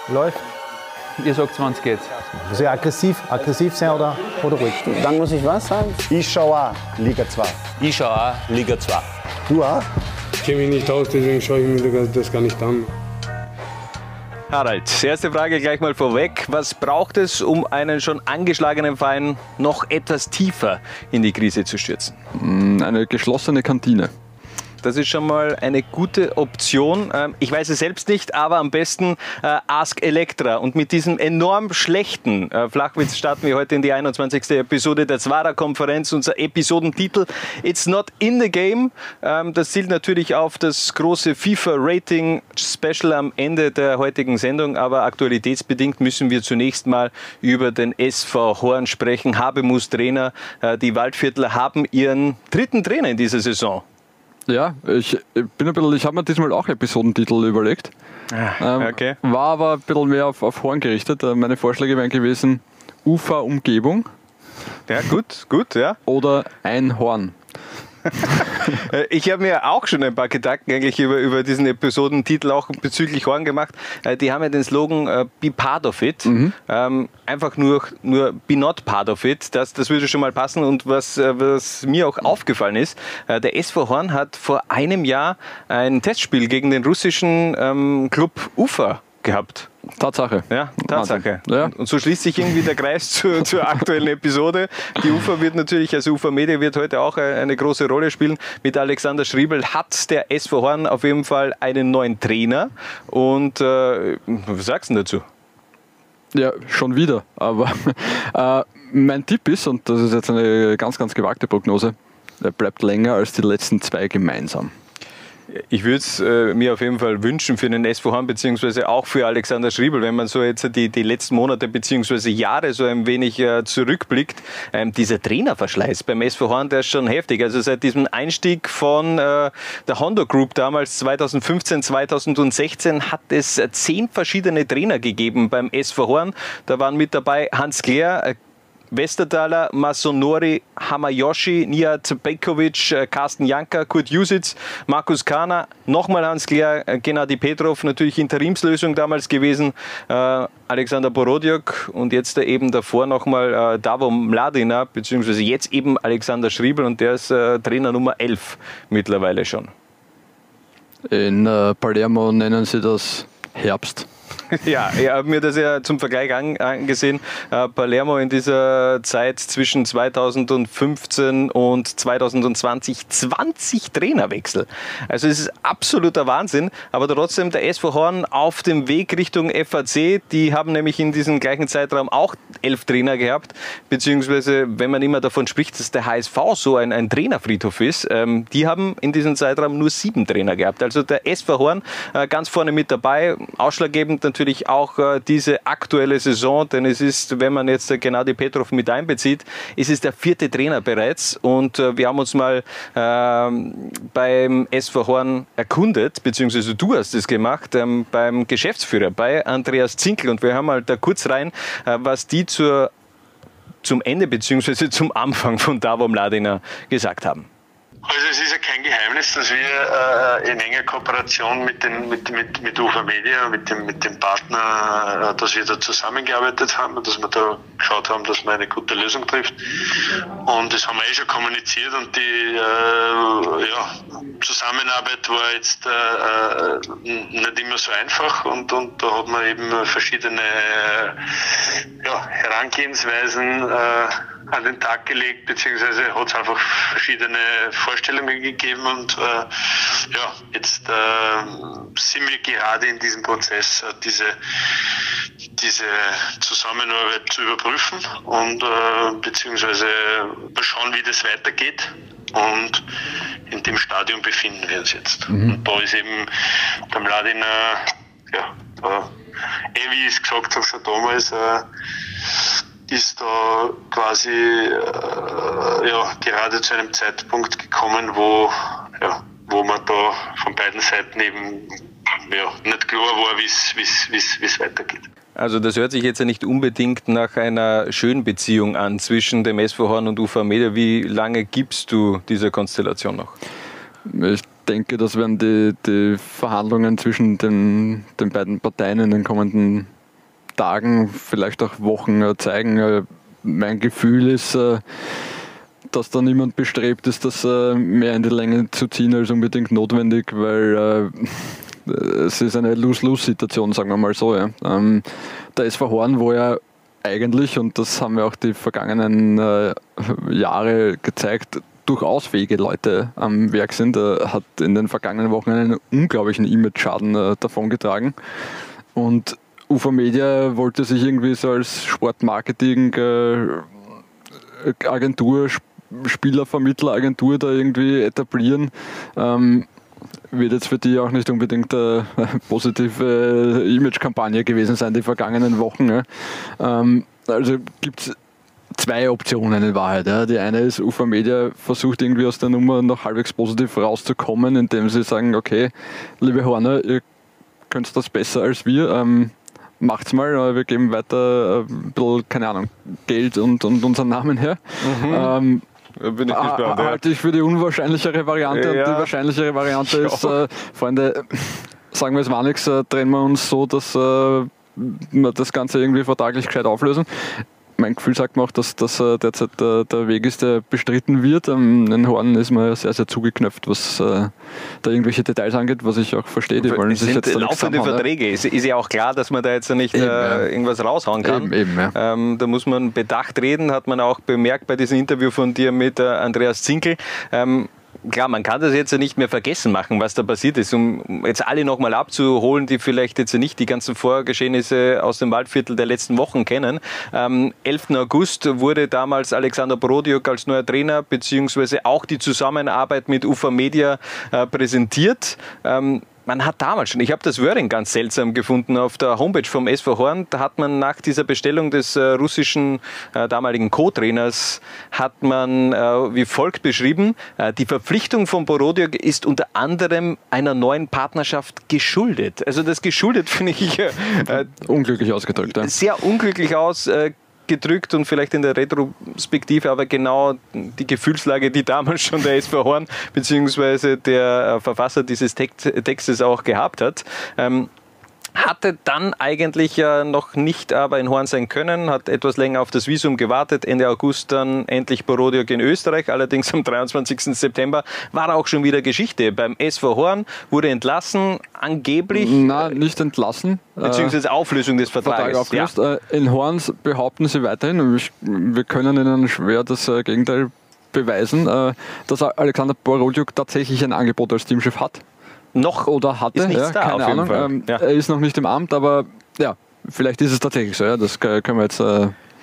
Läuft. Ihr sagt, wann es geht. Muss ich aggressiv sein oder ruhig? Dann muss ich was sagen? Ich schaue auch Liga 2. Ich schaue auch Liga 2. Du auch? Ich kenne mich nicht aus, deswegen schaue ich mir das gar nicht an. Harald, erste Frage gleich mal vorweg. Was braucht es, um einen schon angeschlagenen Verein noch etwas tiefer in die Krise zu stürzen? Eine geschlossene Kantine. Das ist schon mal eine gute Option. Ich weiß es selbst nicht, aber am besten Ask Elektra. Und mit diesem enorm schlechten Flachwitz starten wir heute in die 21. Episode der Zwara-Konferenz. Unser Episodentitel It's Not in the Game. Das zielt natürlich auf das große FIFA-Rating-Special am Ende der heutigen Sendung. Aber aktualitätsbedingt müssen wir zunächst mal über den SV Horn sprechen. Habemus Trainer. Die Waldviertler haben ihren dritten Trainer in dieser Saison. Ja, ich habe mir diesmal auch Episodentitel überlegt. Okay. War aber ein bisschen mehr auf Horn gerichtet. Meine Vorschläge wären gewesen Uferumgebung. Ja, gut, ja. Oder ein Horn. Ich habe mir auch schon ein paar Gedanken eigentlich über diesen Episodentitel auch bezüglich Horn gemacht. Die haben ja den Slogan Be Part of It. Einfach nur Be Not Part of It. Das würde schon mal passen. Und was mir auch aufgefallen ist, der SV Horn hat vor einem Jahr ein Testspiel gegen den russischen Club Ufa gehabt. Tatsache. Ja, Tatsache. Ja. Und so schließt sich irgendwie der Kreis zur aktuellen Episode. Die UFA wird natürlich, also UFA Media wird heute auch eine große Rolle spielen. Mit Alexander Schriebel hat der SV Horn auf jeden Fall einen neuen Trainer. Und was sagst du dazu? Ja, schon wieder. Aber mein Tipp ist, und das ist jetzt eine ganz, ganz gewagte Prognose, er bleibt länger als die letzten zwei gemeinsam. Ich würde es mir auf jeden Fall wünschen für den SV Horn, beziehungsweise auch für Alexander Schriebel, wenn man so jetzt die letzten Monate beziehungsweise Jahre so ein wenig zurückblickt. Dieser Trainerverschleiß beim SV Horn, der ist schon heftig. Also seit diesem Einstieg von der Honda Group damals 2015, 2016 hat es 10 verschiedene Trainer gegeben beim SV Horn. Da waren mit dabei Hans Kler, Westertaler, Masonori, Hamayoshi, Nihat Bekovic, Carsten Janka, Kurt Jusitz, Markus Kahner, nochmal Hans Kler, Gennady Petrov, natürlich Interimslösung damals gewesen, Alexander Borodjok und jetzt eben davor nochmal Davo Mladina, beziehungsweise jetzt eben Alexander Schriebel und der ist Trainer Nummer 11 mittlerweile schon. In Palermo nennen sie das Herbst. Ja, ich habe mir das ja zum Vergleich angesehen. Palermo in dieser Zeit zwischen 2015 und 2020 20 Trainerwechsel. Also es ist absoluter Wahnsinn. Aber trotzdem der SV Horn auf dem Weg Richtung FAC. Die haben nämlich in diesem gleichen Zeitraum auch 11 Trainer gehabt. Beziehungsweise, wenn man immer davon spricht, dass der HSV so ein Trainerfriedhof ist, die haben in diesem Zeitraum nur 7 Trainer gehabt. Also der SV Horn ganz vorne mit dabei. Ausschlaggebend natürlich auch diese aktuelle Saison, denn es ist, wenn man jetzt Gennady Petrov mit einbezieht, es ist der 4. Trainer bereits und wir haben uns mal beim SV Horn erkundet, beziehungsweise du hast es gemacht, beim Geschäftsführer, bei Andreas Zinkel und wir hören mal da kurz rein, was die zum Ende beziehungsweise zum Anfang von Davo Mladina gesagt haben. Also es ist ja kein Geheimnis, dass wir in enger Kooperation mit UFA Media, mit dem Partner, dass wir da zusammengearbeitet haben und dass wir da geschaut haben, dass man eine gute Lösung trifft. Und das haben wir schon kommuniziert und die Zusammenarbeit war jetzt nicht immer so einfach und da hat man eben verschiedene Herangehensweisen an den Tag gelegt, beziehungsweise hat es einfach verschiedene Vorstellungen gegeben und jetzt sind wir gerade in diesem Prozess, diese Zusammenarbeit zu überprüfen und beziehungsweise mal schauen, wie das weitergeht. Und in dem Stadium befinden wir uns jetzt. Und da ist eben der Mladina, wie ich es gesagt habe schon damals, ist da quasi gerade zu einem Zeitpunkt gekommen, wo man da von beiden Seiten eben nicht klar war, wie es weitergeht. Also das hört sich jetzt ja nicht unbedingt nach einer schönen Beziehung an zwischen dem SV Horn und UFA Media. Wie lange gibst du dieser Konstellation noch? Ich denke, das werden die Verhandlungen zwischen den beiden Parteien in den kommenden Tagen, vielleicht auch Wochen zeigen. Mein Gefühl ist, dass da niemand bestrebt ist, das mehr in die Länge zu ziehen als unbedingt notwendig, weil es ist eine Lose-Lose-Situation, sagen wir mal so. Ja. Der SV Horn, wo ja eigentlich, und das haben ja auch die vergangenen Jahre gezeigt, durchaus fähige Leute am Werk sind, hat in den vergangenen Wochen einen unglaublichen Image-Schaden davongetragen. Und UFA Media wollte sich irgendwie so als Sportmarketing-Agentur, Spielervermittleragentur da irgendwie etablieren. Wird jetzt für die auch nicht unbedingt eine positive Image-Kampagne gewesen sein, die vergangenen Wochen. Ja. Also gibt es zwei Optionen in Wahrheit. Ja. Die eine ist, UFA Media versucht irgendwie aus der Nummer noch halbwegs positiv rauszukommen, indem sie sagen, okay, liebe Horner, ihr könnt das besser als wir, macht's mal, wir geben weiter ein bisschen, keine Ahnung, Geld und unseren Namen her. Bin ich gespannt. Halte ich für die unwahrscheinlichere Variante. Ja. Und die wahrscheinlichere Variante ist, Freunde, sagen wir es war nichts, drehen wir uns so, dass wir das Ganze irgendwie vertraglich gescheit auflösen. Mein Gefühl sagt mir auch, dass das derzeit der Weg ist, der bestritten wird. In Horn ist man sehr, sehr zugeknöpft, was da irgendwelche Details angeht, was ich auch verstehe. Die wollen sich jetzt laufende Verträge. Ist ja auch klar, dass man da jetzt nicht irgendwas raushauen kann. Eben, ja. Da muss man bedacht reden, hat man auch bemerkt bei diesem Interview von dir mit Andreas Zinkel. Klar, man kann das jetzt nicht mehr vergessen machen, was da passiert ist, um jetzt alle nochmal abzuholen, die vielleicht jetzt nicht die ganzen Vorgeschehnisse aus dem Waldviertel der letzten Wochen kennen. 11. August wurde damals Alexander Borodiuk als neuer Trainer beziehungsweise auch die Zusammenarbeit mit UFA Media präsentiert. Man hat damals schon, ich habe das Wording ganz seltsam gefunden auf der Homepage vom SV Horn, da hat man nach dieser Bestellung des russischen damaligen Co-Trainers, hat man wie folgt beschrieben, die Verpflichtung von Borodiuk ist unter anderem einer neuen Partnerschaft geschuldet. Also das geschuldet finde ich unglücklich ausgedrückt. Ja. Sehr unglücklich ausgedrückt und vielleicht in der Retrospektive aber genau die Gefühlslage, die damals schon der SV Horn bzw. der Verfasser dieses Textes auch gehabt hat. Hatte dann eigentlich noch nicht aber in Horn sein können, hat etwas länger auf das Visum gewartet, Ende August dann endlich Borodiuk in Österreich, allerdings am 23. September war auch schon wieder Geschichte. Beim SV Horn wurde entlassen, angeblich... Nein, nicht entlassen. Beziehungsweise Auflösung des Vertrages. Aufgelöst. Ja. In Horns behaupten sie weiterhin, wir können ihnen schwer das Gegenteil beweisen, dass Alexander Borodiuk tatsächlich ein Angebot als Teamchef hat. Noch oder hatte, ist nichts da, keine Ahnung. Er ist noch nicht im Amt, aber ja, vielleicht ist es tatsächlich so. Ja, das können wir jetzt,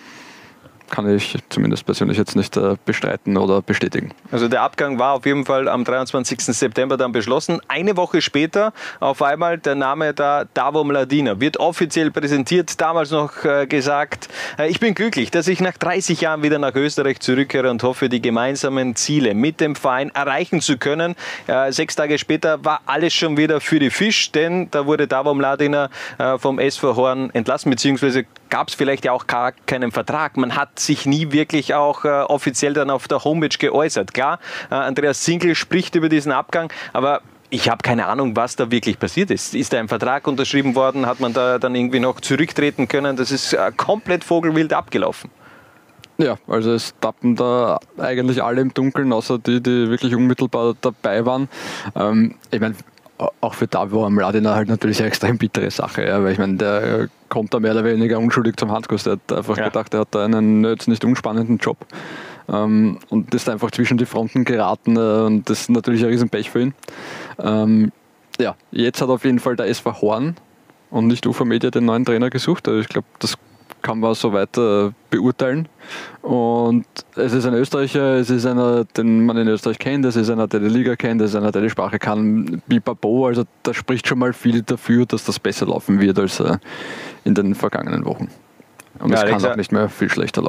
kann ich zumindest persönlich jetzt nicht bestreiten oder bestätigen. Also der Abgang war auf jeden Fall am 23. September dann beschlossen. Eine Woche später auf einmal der Name da Davo Mladina wird offiziell präsentiert. Damals noch gesagt, ich bin glücklich, dass ich nach 30 Jahren wieder nach Österreich zurückkehre und hoffe, die gemeinsamen Ziele mit dem Verein erreichen zu können. 6 Tage später war alles schon wieder für die Fisch, denn da wurde Davo Mladina vom SV Horn entlassen, beziehungsweise gab es vielleicht ja auch gar keinen Vertrag. Man hat sich nie wirklich auch offiziell dann auf der Homepage geäußert. Klar, Andreas Zinkel spricht über diesen Abgang, aber ich habe keine Ahnung, was da wirklich passiert ist. Ist da ein Vertrag unterschrieben worden? Hat man da dann irgendwie noch zurücktreten können? Das ist komplett vogelwild abgelaufen. Ja, also es tappen da eigentlich alle im Dunkeln, außer die wirklich unmittelbar dabei waren. Ich meine, auch für Davo Mladina halt natürlich eine extrem bittere Sache, ja, weil ich meine, der kommt da mehr oder weniger unschuldig zum Handkuss. Der hat einfach gedacht, er hat da einen jetzt nicht unspannenden Job und ist einfach zwischen die Fronten geraten und das ist natürlich ein Riesenpech für ihn. Ja, jetzt hat auf jeden Fall der SV Horn und nicht UFA Media den neuen Trainer gesucht. Also ich glaube, das kann man soweit beurteilen. Und es ist ein Österreicher, es ist einer, den man in Österreich kennt, es ist einer, der die Liga kennt, es ist einer, der die Sprache kann, Bipapo, also da spricht schon mal viel dafür, dass das besser laufen wird als in den vergangenen Wochen. Und es kann auch nicht mehr viel schlechter laufen.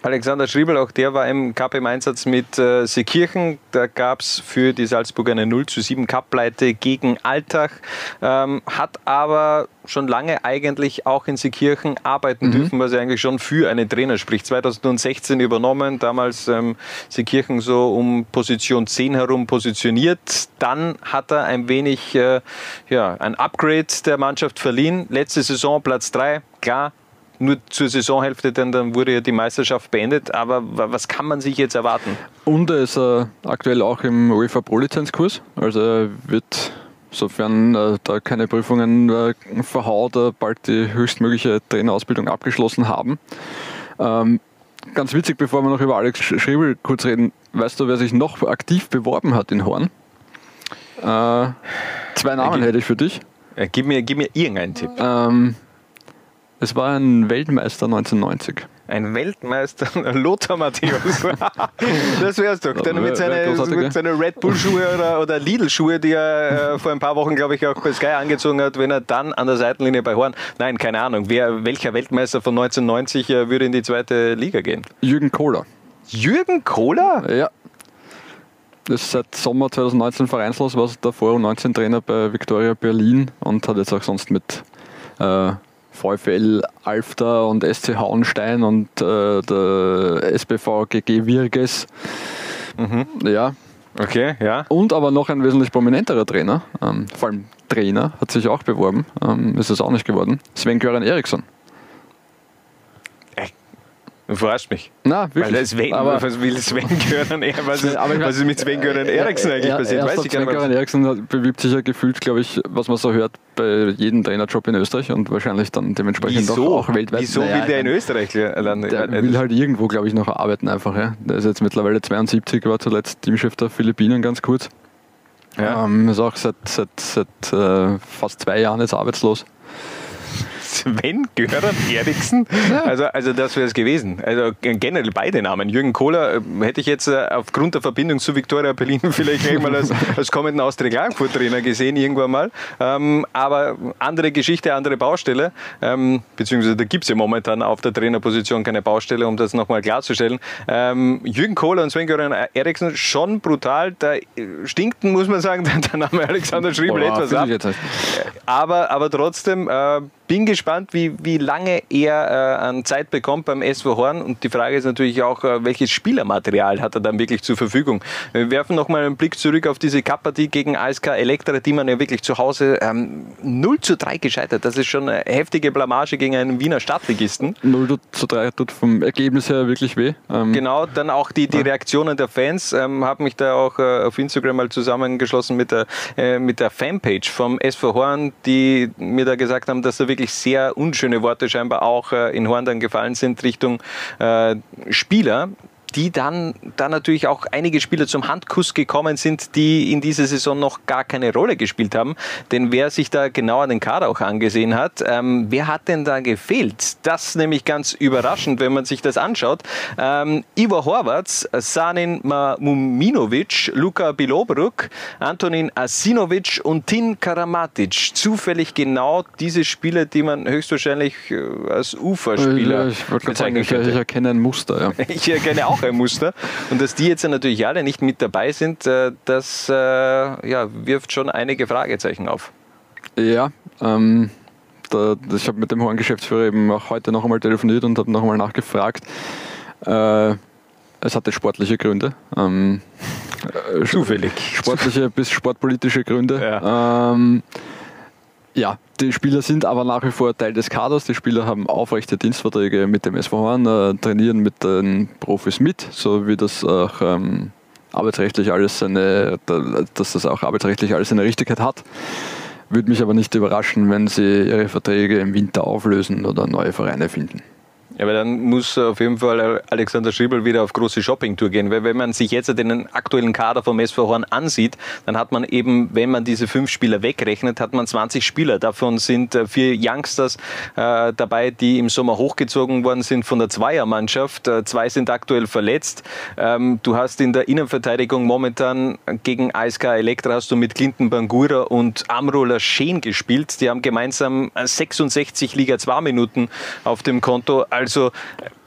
Alexander Schriebel, auch der war im Cup im Einsatz mit Seekirchen. Da gab es für die Salzburger eine 0:7 Cup-Pleite gegen Altach. Hat aber schon lange eigentlich auch in Seekirchen arbeiten dürfen, was ja eigentlich schon für einen Trainer spricht. 2016 übernommen, damals Seekirchen so um Position 10 herum positioniert. Dann hat er ein wenig ein Upgrade der Mannschaft verliehen. Letzte Saison Platz 3, klar. Nur zur Saisonhälfte, denn dann wurde ja die Meisterschaft beendet. Aber was kann man sich jetzt erwarten? Und er ist aktuell auch im UEFA Pro-Lizenzkurs. Also er wird, sofern da keine Prüfungen verhaut, bald die höchstmögliche Trainerausbildung abgeschlossen haben. Ganz witzig, bevor wir noch über Alex Schriebel kurz reden, weißt du, wer sich noch aktiv beworben hat in Horn? 2 Namen hätte ich für dich. Gib mir irgendeinen Tipp. Es war ein Weltmeister 1990. Ein Weltmeister, Lothar Matthäus. Das wär's doch. Dann mit seinen Red Bull-Schuhe oder Lidl-Schuhe, die er vor ein paar Wochen, glaube ich, auch bei Sky angezogen hat, wenn er dann an der Seitenlinie bei Horn. Nein, keine Ahnung. Welcher Weltmeister von 1990 würde in die 2. Liga gehen? Jürgen Kohler. Jürgen Kohler? Ja. Das ist seit Sommer 2019 vereinslos, war davor 19 Trainer bei Viktoria Berlin und hat jetzt auch sonst mit VfL Alfter und SC Hauenstein und der SBV GG Wirges. Ja. Okay, ja. Und aber noch ein wesentlich prominenterer Trainer, vor allem Trainer, hat sich auch beworben, ist es auch nicht geworden. Sven-Göran Eriksson. Du verarschst mich. Na, wirklich. Was will Sven-Göran Eriksson? Was ist mit Sven-Göran Eriksson eigentlich passiert? Weiß ich gar nicht. Sven-Göran Eriksson bewirbt sich ja gefühlt, glaube ich, was man so hört, bei jedem Trainerjob in Österreich und wahrscheinlich dann dementsprechend auch weltweit. Wieso will der in Österreich landen? Der will halt irgendwo, glaube ich, noch arbeiten einfach. Ja. Der ist jetzt mittlerweile 72, war zuletzt Teamchef der Philippinen, ganz kurz. Ja. Ist auch seit fast 2 Jahren jetzt arbeitslos. Sven-Göran Eriksson? Ja. Also das wäre es gewesen. Also generell beide Namen. Jürgen Kohler hätte ich jetzt aufgrund der Verbindung zu Viktoria Berlin vielleicht gleich mal als kommenden Austria Klagenfurt-Trainer gesehen, irgendwann mal. Aber andere Geschichte, andere Baustelle. Beziehungsweise da gibt es ja momentan auf der Trainerposition keine Baustelle, um das nochmal klarzustellen. Jürgen Kohler und Sven-Göran Eriksson schon brutal. Da stinkten, muss man sagen, der Name Alexander Schriebel etwas ab. Aber trotzdem bin gespannt, wie lange er an Zeit bekommt beim SV Horn. Und die Frage ist natürlich auch, welches Spielermaterial hat er dann wirklich zur Verfügung. Wir werfen nochmal einen Blick zurück auf diese Cup-Partie gegen ASK Elektra, die man ja wirklich zu Hause 0:3 gescheitert. Das ist schon eine heftige Blamage gegen einen Wiener Stadtligisten. 0:3 tut vom Ergebnis her wirklich weh. Genau, dann auch die Reaktionen der Fans. Habe mich da auch auf Instagram mal zusammengeschlossen mit der Fanpage vom SV Horn, die mir da gesagt haben, dass da wirklich sehr unschöne Worte scheinbar auch in Horn dann gefallen sind Richtung Spieler, die dann natürlich auch einige Spieler zum Handkuss gekommen sind, die in dieser Saison noch gar keine Rolle gespielt haben. Denn wer sich da genauer den Kader auch angesehen hat, wer hat denn da gefehlt? Das nämlich ganz überraschend, wenn man sich das anschaut. Ivo Horvath, Sanin Muminovic, Luka Bilobruk, Antonin Asinovic und Tin Karamatic. Zufällig genau diese Spieler, die man höchstwahrscheinlich als Uferspieler bezeichnen könnte. Ich erkenne ein Muster. Ja. Ich erkenne auch ein Muster. Und dass die jetzt natürlich alle nicht mit dabei sind, das wirft schon einige Fragezeichen auf. Ja, ich habe mit dem Horn-Geschäftsführer eben auch heute noch einmal telefoniert und habe noch einmal nachgefragt. Es hatte sportliche Gründe. Zufällig. Sportliche bis sportpolitische Gründe. Ja. Ja, die Spieler sind aber nach wie vor Teil des Kaders. Die Spieler haben aufrechte Dienstverträge mit dem SV Horn, trainieren mit den Profis mit, so wie das auch arbeitsrechtlich alles seine Richtigkeit hat. Würde mich aber nicht überraschen, wenn sie ihre Verträge im Winter auflösen oder neue Vereine finden. Ja, aber dann muss auf jeden Fall Alexander Schriebel wieder auf große Shoppingtour gehen, weil wenn man sich jetzt den aktuellen Kader vom SV Horn ansieht, dann hat man eben, wenn man diese 5 Spieler wegrechnet, hat man 20 Spieler. Davon sind 4 Youngsters dabei, die im Sommer hochgezogen worden sind von der Zweiermannschaft. 2 sind aktuell verletzt. Du hast in der Innenverteidigung momentan gegen ASK Elektra hast du mit Clinton Bangura und Amro Laschen gespielt. Die haben gemeinsam 66 Liga 2 Minuten auf dem Konto. Also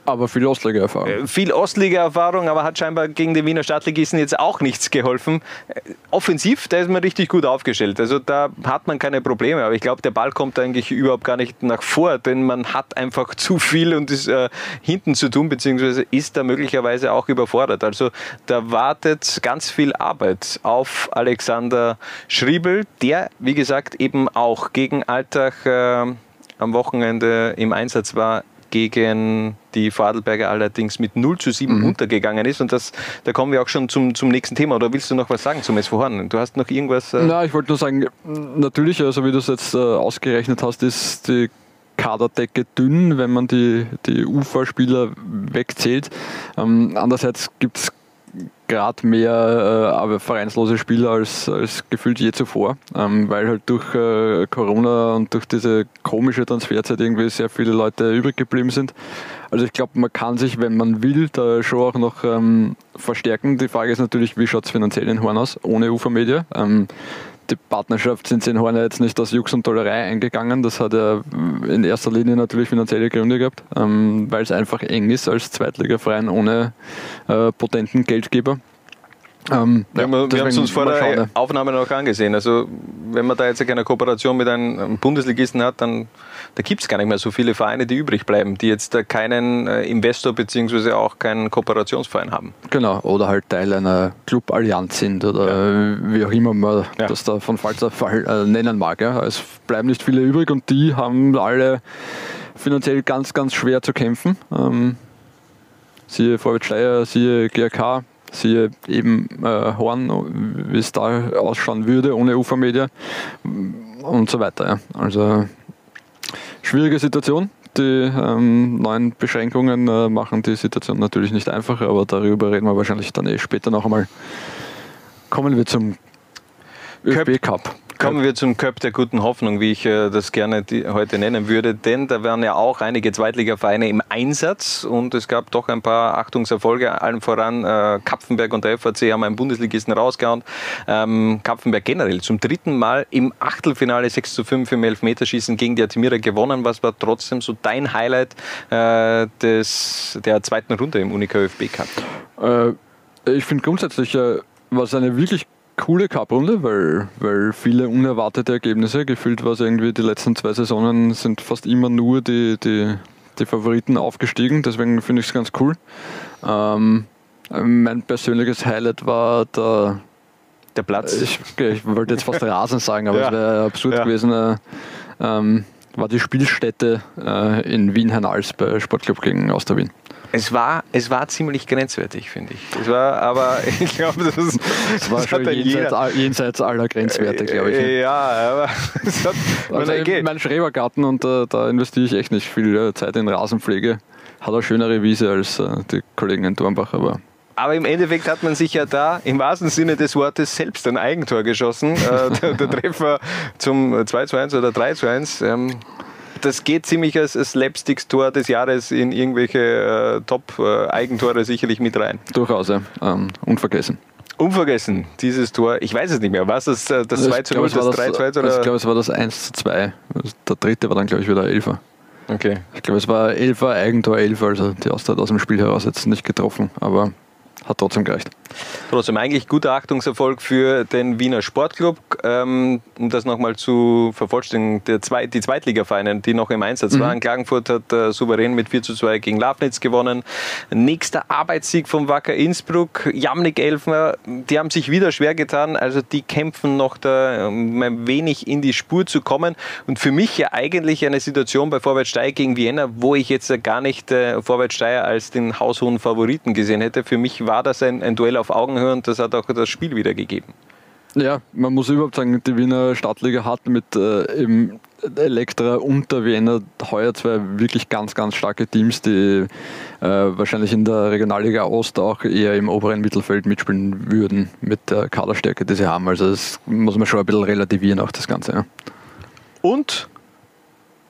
Aber viel Ostliga-Erfahrung. Viel Ostliga-Erfahrung, aber hat scheinbar gegen den Wiener Stadtligisten jetzt auch nichts geholfen. Offensiv, da ist man richtig gut aufgestellt. Also da hat man keine Probleme. Aber ich glaube, der Ball kommt eigentlich überhaupt gar nicht nach vor, denn man hat einfach zu viel und ist hinten zu tun, beziehungsweise ist da möglicherweise auch überfordert. Also da wartet ganz viel Arbeit auf Alexander Schriebel, der, wie gesagt, eben auch gegen Altach am Wochenende im Einsatz war, gegen die Vorarlberger allerdings mit 0:7 untergegangen ist. Und da kommen wir auch schon zum nächsten Thema. Oder willst du noch was sagen zum SV Horn? Du hast noch irgendwas... Na, ich wollte nur sagen, natürlich, also wie du es jetzt ausgerechnet hast, ist die Kaderdecke dünn, wenn man die UFA-Spieler wegzählt. Andererseits gibt es gerade mehr vereinslose Spieler als gefühlt je zuvor, weil halt durch Corona und durch diese komische Transferzeit irgendwie sehr viele Leute übrig geblieben sind. Also ich glaube, man kann sich, wenn man will, da schon auch noch verstärken. Die Frage ist natürlich, wie schaut es finanziell in Horn aus, ohne UFA Media? Die Partnerschaft sind sie in Horn jetzt nicht aus Jux und Tollerei eingegangen. Das hat ja in erster Linie natürlich finanzielle Gründe gehabt, weil es einfach eng ist als Zweitligaverein ohne potenten Geldgeber. wir haben es uns vor der Aufnahme noch angesehen. Also wenn man da jetzt keine Kooperation mit einem Bundesligisten hat, dann da gibt es gar nicht mehr so viele Vereine, die übrig bleiben, die jetzt da keinen Investor bzw. auch keinen Kooperationsverein haben. Genau, oder halt Teil einer Cluballianz sind oder wie auch immer man das da von Fall zu Fall nennen mag. Ja. Es bleiben nicht viele übrig und die haben alle finanziell ganz, ganz schwer zu kämpfen. Siehe Vorwärts Steyr, siehe GRK, siehe eben Horn, wie es da ausschauen würde ohne UFA Media und so weiter. Ja. Also schwierige Situation. Die neuen Beschränkungen machen die Situation natürlich nicht einfacher, aber darüber reden wir wahrscheinlich dann später noch einmal. Kommen wir zum ÖFB Cup. Kommen wir zum Cup der guten Hoffnung, wie ich das gerne heute nennen würde, denn da waren ja auch einige Zweitligavereine im Einsatz und es gab doch ein paar Achtungserfolge, allen voran Kapfenberg und der FAC haben einen Bundesligisten rausgehauen. Kapfenberg generell zum dritten Mal im Achtelfinale 6:5 im Elfmeterschießen gegen die Admira gewonnen. Was war trotzdem so dein Highlight der zweiten Runde im Unica ÖFB Cup? Ich finde grundsätzlich war es eine wirklich coole Cup-Runde, weil viele unerwartete Ergebnisse. Gefühlt war es irgendwie, die letzten 2 Saisonen sind fast immer nur die Favoriten aufgestiegen, deswegen finde ich es ganz cool. Mein persönliches Highlight war der Platz. Ich wollte jetzt fast Rasen sagen, aber es wäre absurd gewesen. War die Spielstätte in Wien-Hernals bei Sportclub gegen Austria Wien. Es war ziemlich grenzwertig, finde ich. Aber ich glaube, das war schon jenseits aller Grenzwerte, glaube ich. Ja, aber es hat mein Schrebergarten und da investiere ich echt nicht viel Zeit in Rasenpflege. Hat eine schönere Wiese als die Kollegen in Dornbach, aber im Endeffekt hat man sich ja da im wahrsten Sinne des Wortes selbst ein Eigentor geschossen. Der Treffer zum 2:1 oder 3:1. Das geht ziemlich als Slapsticks-Tor des Jahres in irgendwelche Top-Eigentore sicherlich mit rein. Durchaus, ja. Unvergessen. Unvergessen, dieses Tor. Ich weiß es nicht mehr. Was ist das 2:0, das 3:2? Ich glaube, es war das 1:2. Der dritte war dann, glaube ich, wieder 11er. Okay. Ich glaube, es war 11er, Eigentor 11, also die Austria hat aus dem Spiel heraus jetzt nicht getroffen, aber hat trotzdem gereicht. Trotzdem eigentlich guter Achtungserfolg für den Wiener Sportclub. Um das nochmal zu vervollständigen, die Zweitligavereine, die noch im Einsatz waren. Klagenfurt hat souverän mit 4:2 gegen Lafnitz gewonnen. Nächster Arbeitssieg vom Wacker Innsbruck. Jamnik Elfmer, die haben sich wieder schwer getan. Also die kämpfen noch da ein wenig in die Spur zu kommen. Und für mich ja eigentlich eine Situation bei Vorwärts Steyr gegen Vienna, wo ich jetzt gar nicht Vorwärts Steyr als den haushohen Favoriten gesehen hätte. Für mich war das ein Duell auf Augenhöhe und das hat auch das Spiel wiedergegeben. Ja, man muss überhaupt sagen, die Wiener Stadtliga hat mit eben Elektra und der Vienna heuer 2 wirklich ganz, ganz starke Teams, die wahrscheinlich in der Regionalliga Ost auch eher im oberen Mittelfeld mitspielen würden mit der Kaderstärke, die sie haben. Also das muss man schon ein bisschen relativieren, auch das Ganze. Ja. Und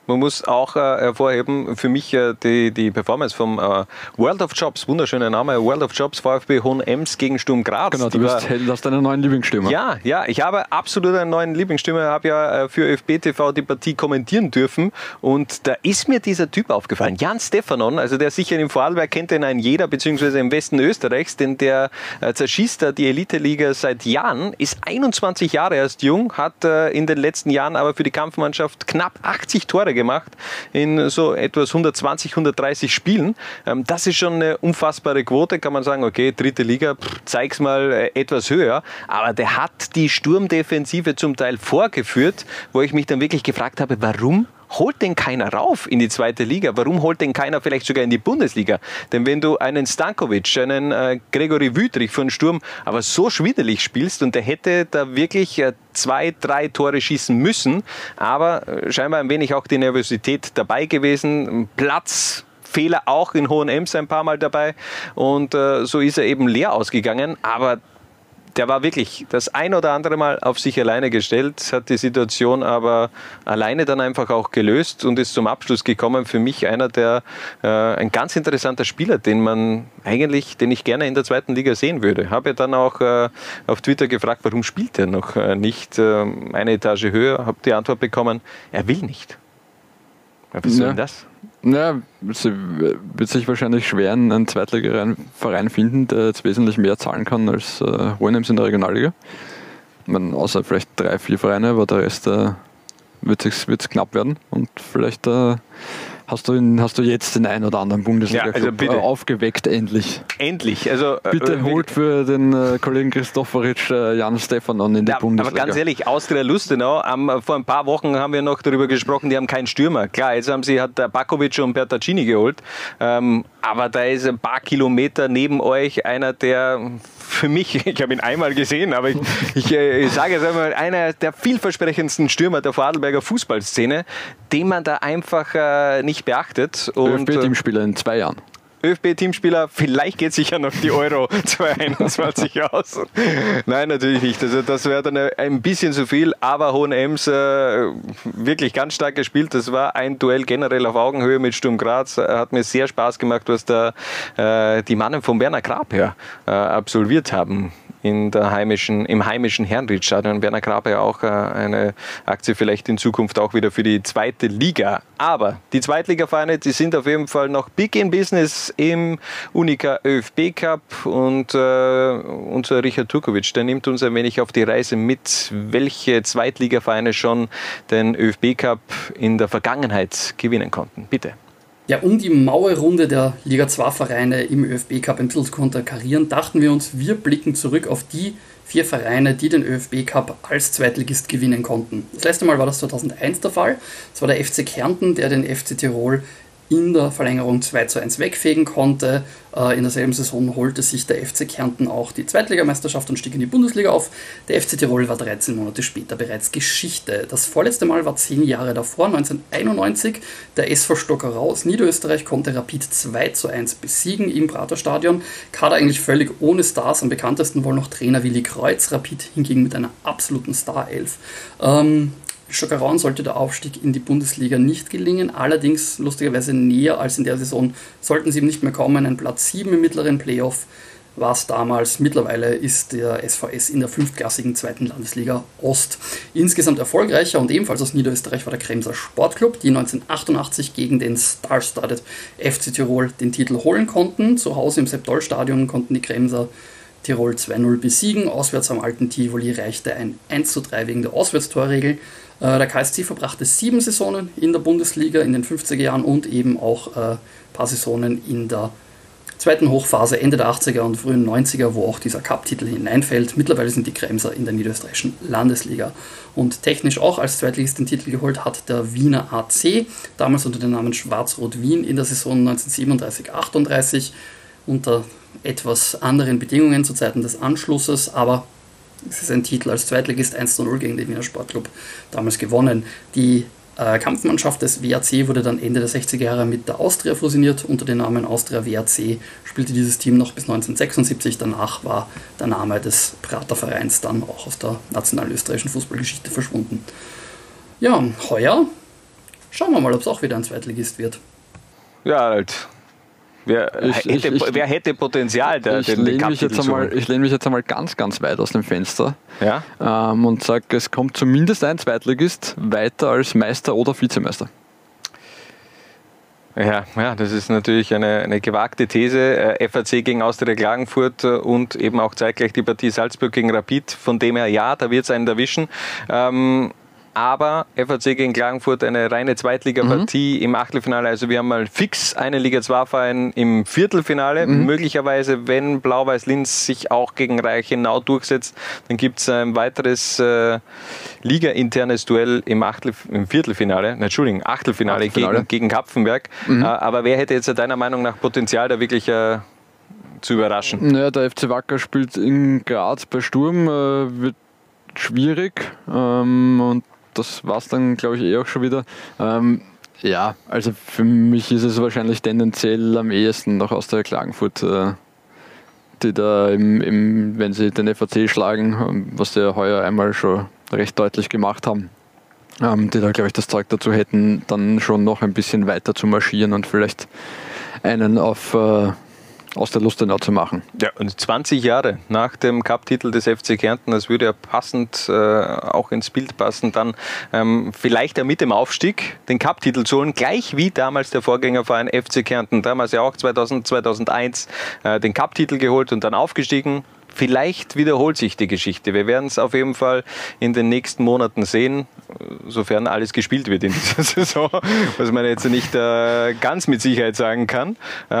man muss auch hervorheben, für mich die Performance vom World of Jobs, wunderschöner Name, World of Jobs, VfB Hohenems gegen Sturm Graz. Genau, du hast deinen neuen Lieblingsstürmer. Ja, ich habe absolut einen neuen Lieblingsstürmer, habe ja für ÖFB TV die Partie kommentieren dürfen und da ist mir dieser Typ aufgefallen, Jan Stefanon, also der sicher im Vorarlberg kennt den ein jeder, beziehungsweise im Westen Österreichs, denn der zerschießt da die Elite-Liga seit Jahren, ist 21 Jahre erst jung, hat in den letzten Jahren aber für die Kampfmannschaft knapp 80 Tore gemacht in so etwas 120, 130 Spielen. Das ist schon eine unfassbare Quote, kann man sagen, okay, dritte Liga, zeig's mal etwas höher, aber der hat die Sturmdefensive zum Teil vorgeführt, wo ich mich dann wirklich gefragt habe, warum holt denn keiner rauf in die zweite Liga? Warum holt denn keiner vielleicht sogar in die Bundesliga? Denn wenn du einen Stankovic, einen Gregory Wüthrich von Sturm aber so schwindelig spielst und der hätte da wirklich 2, 3 Tore schießen müssen, aber scheinbar ein wenig auch die Nervosität dabei gewesen, Platzfehler auch in Hohenems ein paar Mal dabei und so ist er eben leer ausgegangen, aber der war wirklich das ein oder andere Mal auf sich alleine gestellt, hat die Situation aber alleine dann einfach auch gelöst und ist zum Abschluss gekommen. Für mich ein ganz interessanter Spieler, den ich gerne in der zweiten Liga sehen würde. Habe ja dann auch auf Twitter gefragt, warum spielt er noch nicht eine Etage höher? Habe die Antwort bekommen, er will nicht. Was soll denn das? Ja, es wird sich wahrscheinlich schwer einen Zweitligaverein finden, der jetzt wesentlich mehr zahlen kann als Hohenems in der Regionalliga. Ich meine, außer vielleicht 3, 4 Vereine, aber der Rest wird es knapp werden. Und vielleicht hast du jetzt den einen oder anderen Bundesliga-Club aufgeweckt, endlich. Endlich. Also, bitte holt für den Kollegen Christoforic Jan Stefanon in die Bundesliga. Aber ganz ehrlich, Austria Lustenau, vor ein paar Wochen haben wir noch darüber gesprochen, die haben keinen Stürmer. Klar, jetzt hat der Bakovic und Bertaccini geholt, aber da ist ein paar Kilometer neben euch einer, der für mich, ich habe ihn einmal gesehen, aber ich sage jetzt einmal, einer der vielversprechendsten Stürmer der Vorarlberger Fußballszene, den man da einfach nicht beachtet. ÖFB-Teamspieler in 2 Jahren. ÖFB-Teamspieler, vielleicht geht sich ja noch die Euro 2021 aus. Nein, natürlich nicht. Also das wäre dann ein bisschen zu viel, aber Hohenems wirklich ganz stark gespielt. Das war ein Duell generell auf Augenhöhe mit Sturm Graz. Hat mir sehr Spaß gemacht, was da die Mannen von Werner Grabherr absolviert haben. Im heimischen Herrenriedstadion. Werner Grabherr auch eine Aktie vielleicht in Zukunft auch wieder für die zweite Liga. Aber die Zweitligavereine, die sind auf jeden Fall noch big in business im Unica ÖFB Cup und unser Richard Turkovic, der nimmt uns ein wenig auf die Reise mit, welche Zweitligavereine schon den ÖFB Cup in der Vergangenheit gewinnen konnten. Bitte. Ja, um die Mauerrunde der Liga 2 Vereine im ÖFB Cup ein bisschen zu konterkarieren, dachten wir uns, wir blicken zurück auf die 4 Vereine, die den ÖFB Cup als Zweitligist gewinnen konnten. Das letzte Mal war das 2001 der Fall. Das war der FC Kärnten, der den FC Tirol in der Verlängerung 2:1 wegfegen konnte. In derselben Saison holte sich der FC Kärnten auch die Zweitligameisterschaft und stieg in die Bundesliga auf. Der FC Tirol war 13 Monate später bereits Geschichte. Das vorletzte Mal war 10 Jahre davor, 1991. Der SV Stockerau aus Niederösterreich konnte Rapid 2:1 besiegen im Praterstadion. Kader eigentlich völlig ohne Stars, am bekanntesten wohl noch Trainer Willi Kreuz. Rapid hingegen mit einer absoluten Starelf. Stockerau sollte der Aufstieg in die Bundesliga nicht gelingen, allerdings lustigerweise näher als in der Saison sollten sie ihm nicht mehr kommen. Ein Platz 7 im mittleren Playoff war es damals. Mittlerweile ist der SVS in der 5-klassigen 2. Landesliga Ost. Insgesamt erfolgreicher und ebenfalls aus Niederösterreich war der Kremser Sportclub, die 1988 gegen den Star-Studded FC Tirol den Titel holen konnten. Zu Hause im Sepp-Doll-Stadion konnten die Kremser Tirol 2:0 besiegen. Auswärts am alten Tivoli reichte ein 1:3 wegen der Auswärtstorregel. Der KSC verbrachte 7 Saisonen in der Bundesliga in den 50er Jahren und eben auch ein paar Saisonen in der zweiten Hochphase Ende der 80er und frühen 90er, wo auch dieser Cup-Titel hineinfällt. Mittlerweile sind die Kremser in der niederösterreichischen Landesliga. Und technisch auch als Zweitligist den Titel geholt hat der Wiener AC, damals unter dem Namen Schwarz-Rot Wien in der Saison 1937/38 unter etwas anderen Bedingungen zu Zeiten des Anschlusses, aber es ist ein Titel als Zweitligist 1:0 gegen den Wiener Sportclub damals gewonnen. Die Kampfmannschaft des WAC wurde dann Ende der 60er Jahre mit der Austria fusioniert. Unter dem Namen Austria WAC spielte dieses Team noch bis 1976. Danach war der Name des Pratervereins dann auch aus der nationalösterreichischen Fußballgeschichte verschwunden. Ja, heuer Schauen wir mal, ob es auch wieder ein Zweitligist wird. Ja, halt. Wer hätte Potenzial, den Cup-Titel zu holen? Ich lehne mich jetzt einmal ganz, ganz weit aus dem Fenster, ja? Und sage, es kommt zumindest ein Zweitligist weiter als Meister oder Vizemeister. Ja, das ist natürlich eine gewagte These. FAC gegen Austria Klagenfurt und eben auch zeitgleich die Partie Salzburg gegen Rapid. Von dem her, ja, da wird es einen erwischen. Aber FAC gegen Klagenfurt eine reine Zweitligapartie im Achtelfinale. Also wir haben mal fix einen Liga-2-Verein im Viertelfinale. Möglicherweise, wenn Blau-Weiß-Linz sich auch gegen Reichenau durchsetzt, dann gibt es ein weiteres Liga-internes Duell im Achtelfinale gegen Kapfenberg. Aber wer hätte jetzt deiner Meinung nach Potenzial, da wirklich zu überraschen? Naja, der FC Wacker spielt in Graz bei Sturm, wird schwierig, und das war es dann, glaube ich, auch schon wieder. Ja, also für mich ist es wahrscheinlich tendenziell am ehesten noch aus der Klagenfurt, die da wenn sie den FAC schlagen, was sie ja heuer einmal schon recht deutlich gemacht haben, die da, glaube ich, das Zeug dazu hätten, dann schon noch ein bisschen weiter zu marschieren und vielleicht einen aus der Lustenau zu machen. Ja, und 20 Jahre nach dem Cup-Titel des FC Kärnten, das würde ja passend auch ins Bild passen, dann vielleicht ja mit dem Aufstieg den Cup-Titel zu holen, gleich wie damals der Vorgängerverein FC Kärnten, damals ja auch 2001 den Cup-Titel geholt und dann aufgestiegen. Vielleicht wiederholt sich die Geschichte. Wir werden es auf jeden Fall in den nächsten Monaten sehen, sofern alles gespielt wird in dieser Saison, was man jetzt nicht ganz mit Sicherheit sagen kann.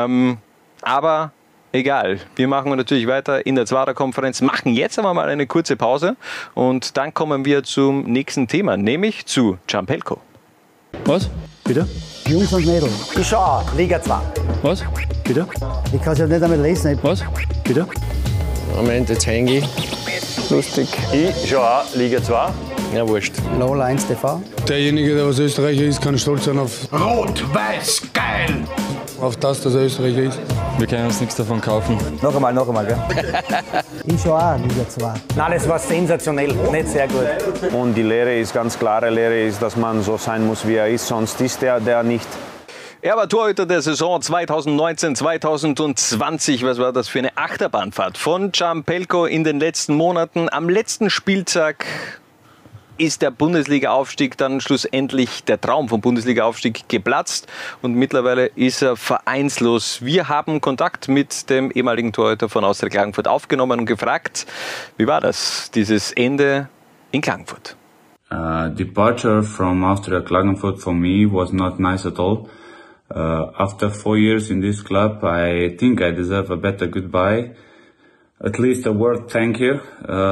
Aber egal, wir machen natürlich weiter in der Zwarer-Konferenz, machen jetzt aber mal eine kurze Pause und dann kommen wir zum nächsten Thema, nämlich zu Ciampelco. Was? Bitte? Jungs und Mädels. Ich schaue Liga 2. Was? Bitte? Ich kann es ja nicht einmal lesen. Was? Bitte? Moment, jetzt hänge ich. Lustig. Ich schaue auch Liga 2. Ja, wurscht. Lola 1 TV. Derjenige, der was Österreicher ist, kann stolz sein auf Rot-Weiß, geil! auf das, dass er Österreicher ist. Wir können uns nichts davon kaufen. Noch einmal, gell? Ich schaue auch Liga 2. Nein, das war sensationell, nicht sehr gut. Und die Lehre ist ganz klare Lehre, ist, dass man so sein muss, wie er ist, sonst ist der nicht. Er war Torhüter der Saison 2019, 2020. Was war das für eine Achterbahnfahrt von Ciampelco in den letzten Monaten? Am letzten Spieltag ist der Bundesliga-Aufstieg dann schlussendlich, der Traum vom Bundesliga-Aufstieg, geplatzt und mittlerweile ist er vereinslos. Wir haben Kontakt mit dem ehemaligen Torhüter von Austria Klagenfurt aufgenommen und gefragt, wie war das, dieses Ende in Klagenfurt? Departure from Austria Klagenfurt for me was not nice at all. After 4 years in this club, I think I deserve a better goodbye. At least a word thank you.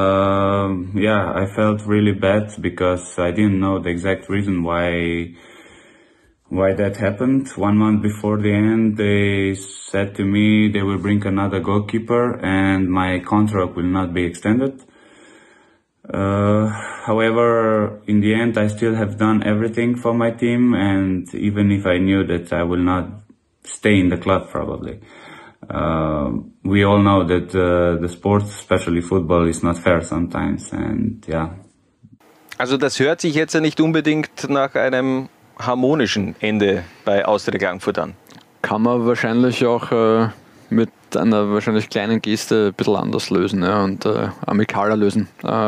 I felt really bad because I didn't know the exact reason why that happened. 1 month before the end, they said to me they will bring another goalkeeper and my contract will not be extended. However, in the end, I still have done everything for my team, and even if I knew that I will not stay in the club probably. We all know that the sport, especially football, is not fair sometimes, and yeah. Also das hört sich jetzt ja nicht unbedingt nach einem harmonischen Ende bei Austria Klagenfurt an. Kann man wahrscheinlich auch mit einer wahrscheinlich kleinen Geste ein bisschen anders lösen, ja, und amikaler lösen.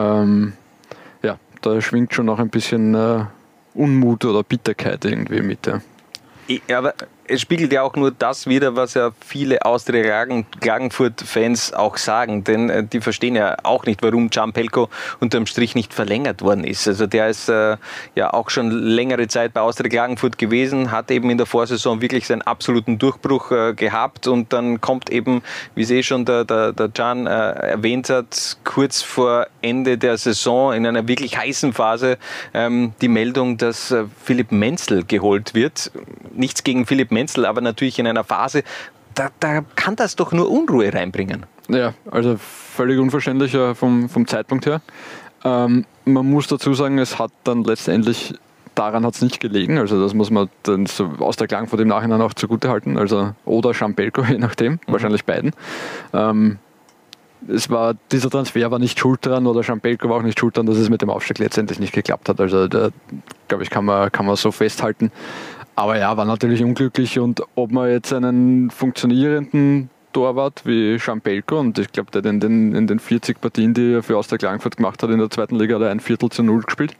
Da schwingt schon noch ein bisschen Unmut oder Bitterkeit irgendwie mit. Ja. Aber es spiegelt ja auch nur das wider, was ja viele Austria Klagenfurt-Fans auch sagen, denn die verstehen ja auch nicht, warum Ciampelco unterm Strich nicht verlängert worden ist. Also der ist ja auch schon längere Zeit bei Austria Klagenfurt gewesen, hat eben in der Vorsaison wirklich seinen absoluten Durchbruch gehabt und dann kommt eben, wie es schon der Can erwähnt hat, kurz vor Ende der Saison in einer wirklich heißen Phase die Meldung, dass Philipp Menzel geholt wird. Nichts gegen Philipp Menzel, aber natürlich in einer Phase, da kann das doch nur Unruhe reinbringen. Ja, also völlig unverständlich vom Zeitpunkt her. Man muss dazu sagen, es hat dann letztendlich, daran hat es nicht gelegen, also das muss man dann so aus der Klagenfurt im Nachhinein auch zugute halten, also oder Ciampelco, je nachdem, wahrscheinlich beiden. dieser Transfer war nicht schuld dran oder Schampelko war auch nicht schuld dran, dass es mit dem Aufstieg letztendlich nicht geklappt hat. Also da, glaube ich, kann man so festhalten. Aber ja, war natürlich unglücklich, und ob man jetzt einen funktionierenden Torwart wie Schampelko, und ich glaube, der in den 40 Partien, die er für Austria Klagenfurt gemacht hat in der zweiten Liga, hat er 1/4:0 gespielt.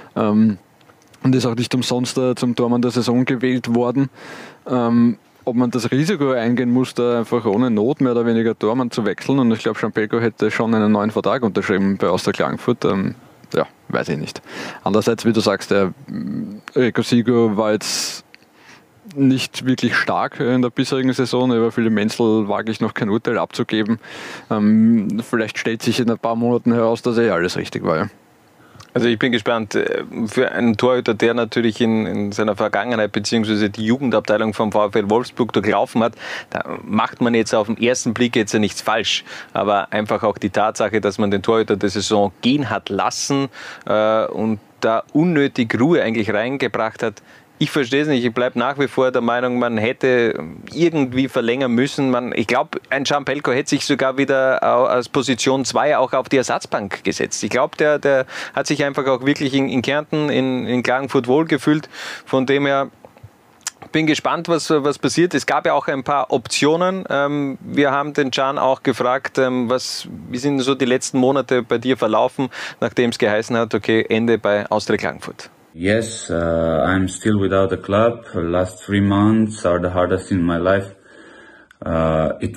Und ist auch nicht umsonst zum Tormann der Saison gewählt worden. Ob man das Risiko eingehen muss, da einfach ohne Not mehr oder weniger Tormann zu wechseln, und ich glaube, Schampelko hätte schon einen neuen Vertrag unterschrieben bei Austria Klagenfurt, ja, weiß ich nicht. Andererseits, wie du sagst, der Recusígo war jetzt nicht wirklich stark in der bisherigen Saison. Über Philipp Menzel wage ich noch kein Urteil abzugeben. Vielleicht stellt sich in ein paar Monaten heraus, dass alles richtig war. Ja. Also ich bin gespannt, für einen Torhüter, der natürlich in seiner Vergangenheit beziehungsweise die Jugendabteilung vom VfL Wolfsburg durchlaufen hat, da macht man jetzt auf den ersten Blick jetzt ja nichts falsch. Aber einfach auch die Tatsache, dass man den Torhüter der Saison gehen hat lassen und da unnötig Ruhe eigentlich reingebracht hat. Ich verstehe es nicht. Ich bleibe nach wie vor der Meinung, man hätte irgendwie verlängern müssen. Ich glaube, ein Schampelko hätte sich sogar wieder als Position 2 auch auf die Ersatzbank gesetzt. Ich glaube, der hat sich einfach auch wirklich in Kärnten, in Klagenfurt wohlgefühlt. Von dem her bin gespannt, was passiert. Es gab ja auch ein paar Optionen. Wir haben den Can auch gefragt, wie sind so die letzten Monate bei dir verlaufen, nachdem es geheißen hat, okay, Ende bei Austria Klagenfurt. Yes, I'm still without a club. The last 3 months are the hardest in my life. I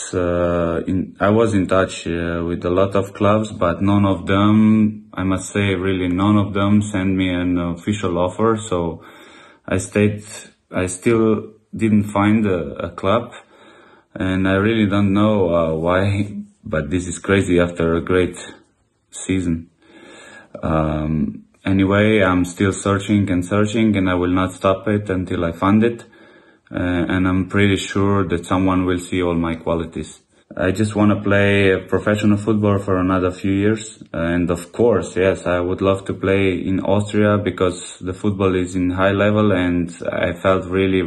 was in touch with a lot of clubs, but none of them, I must say, really none of them sent me an official offer. So I still didn't find a club, and I really don't know why. But this is crazy after a great season. Anyway, I'm still searching, and I will not stop it until I find it. And I'm pretty sure that someone will see all my qualities. I just want to play professional football for another few years. And of course, yes, I would love to play in Austria because the football is in high level, and I felt really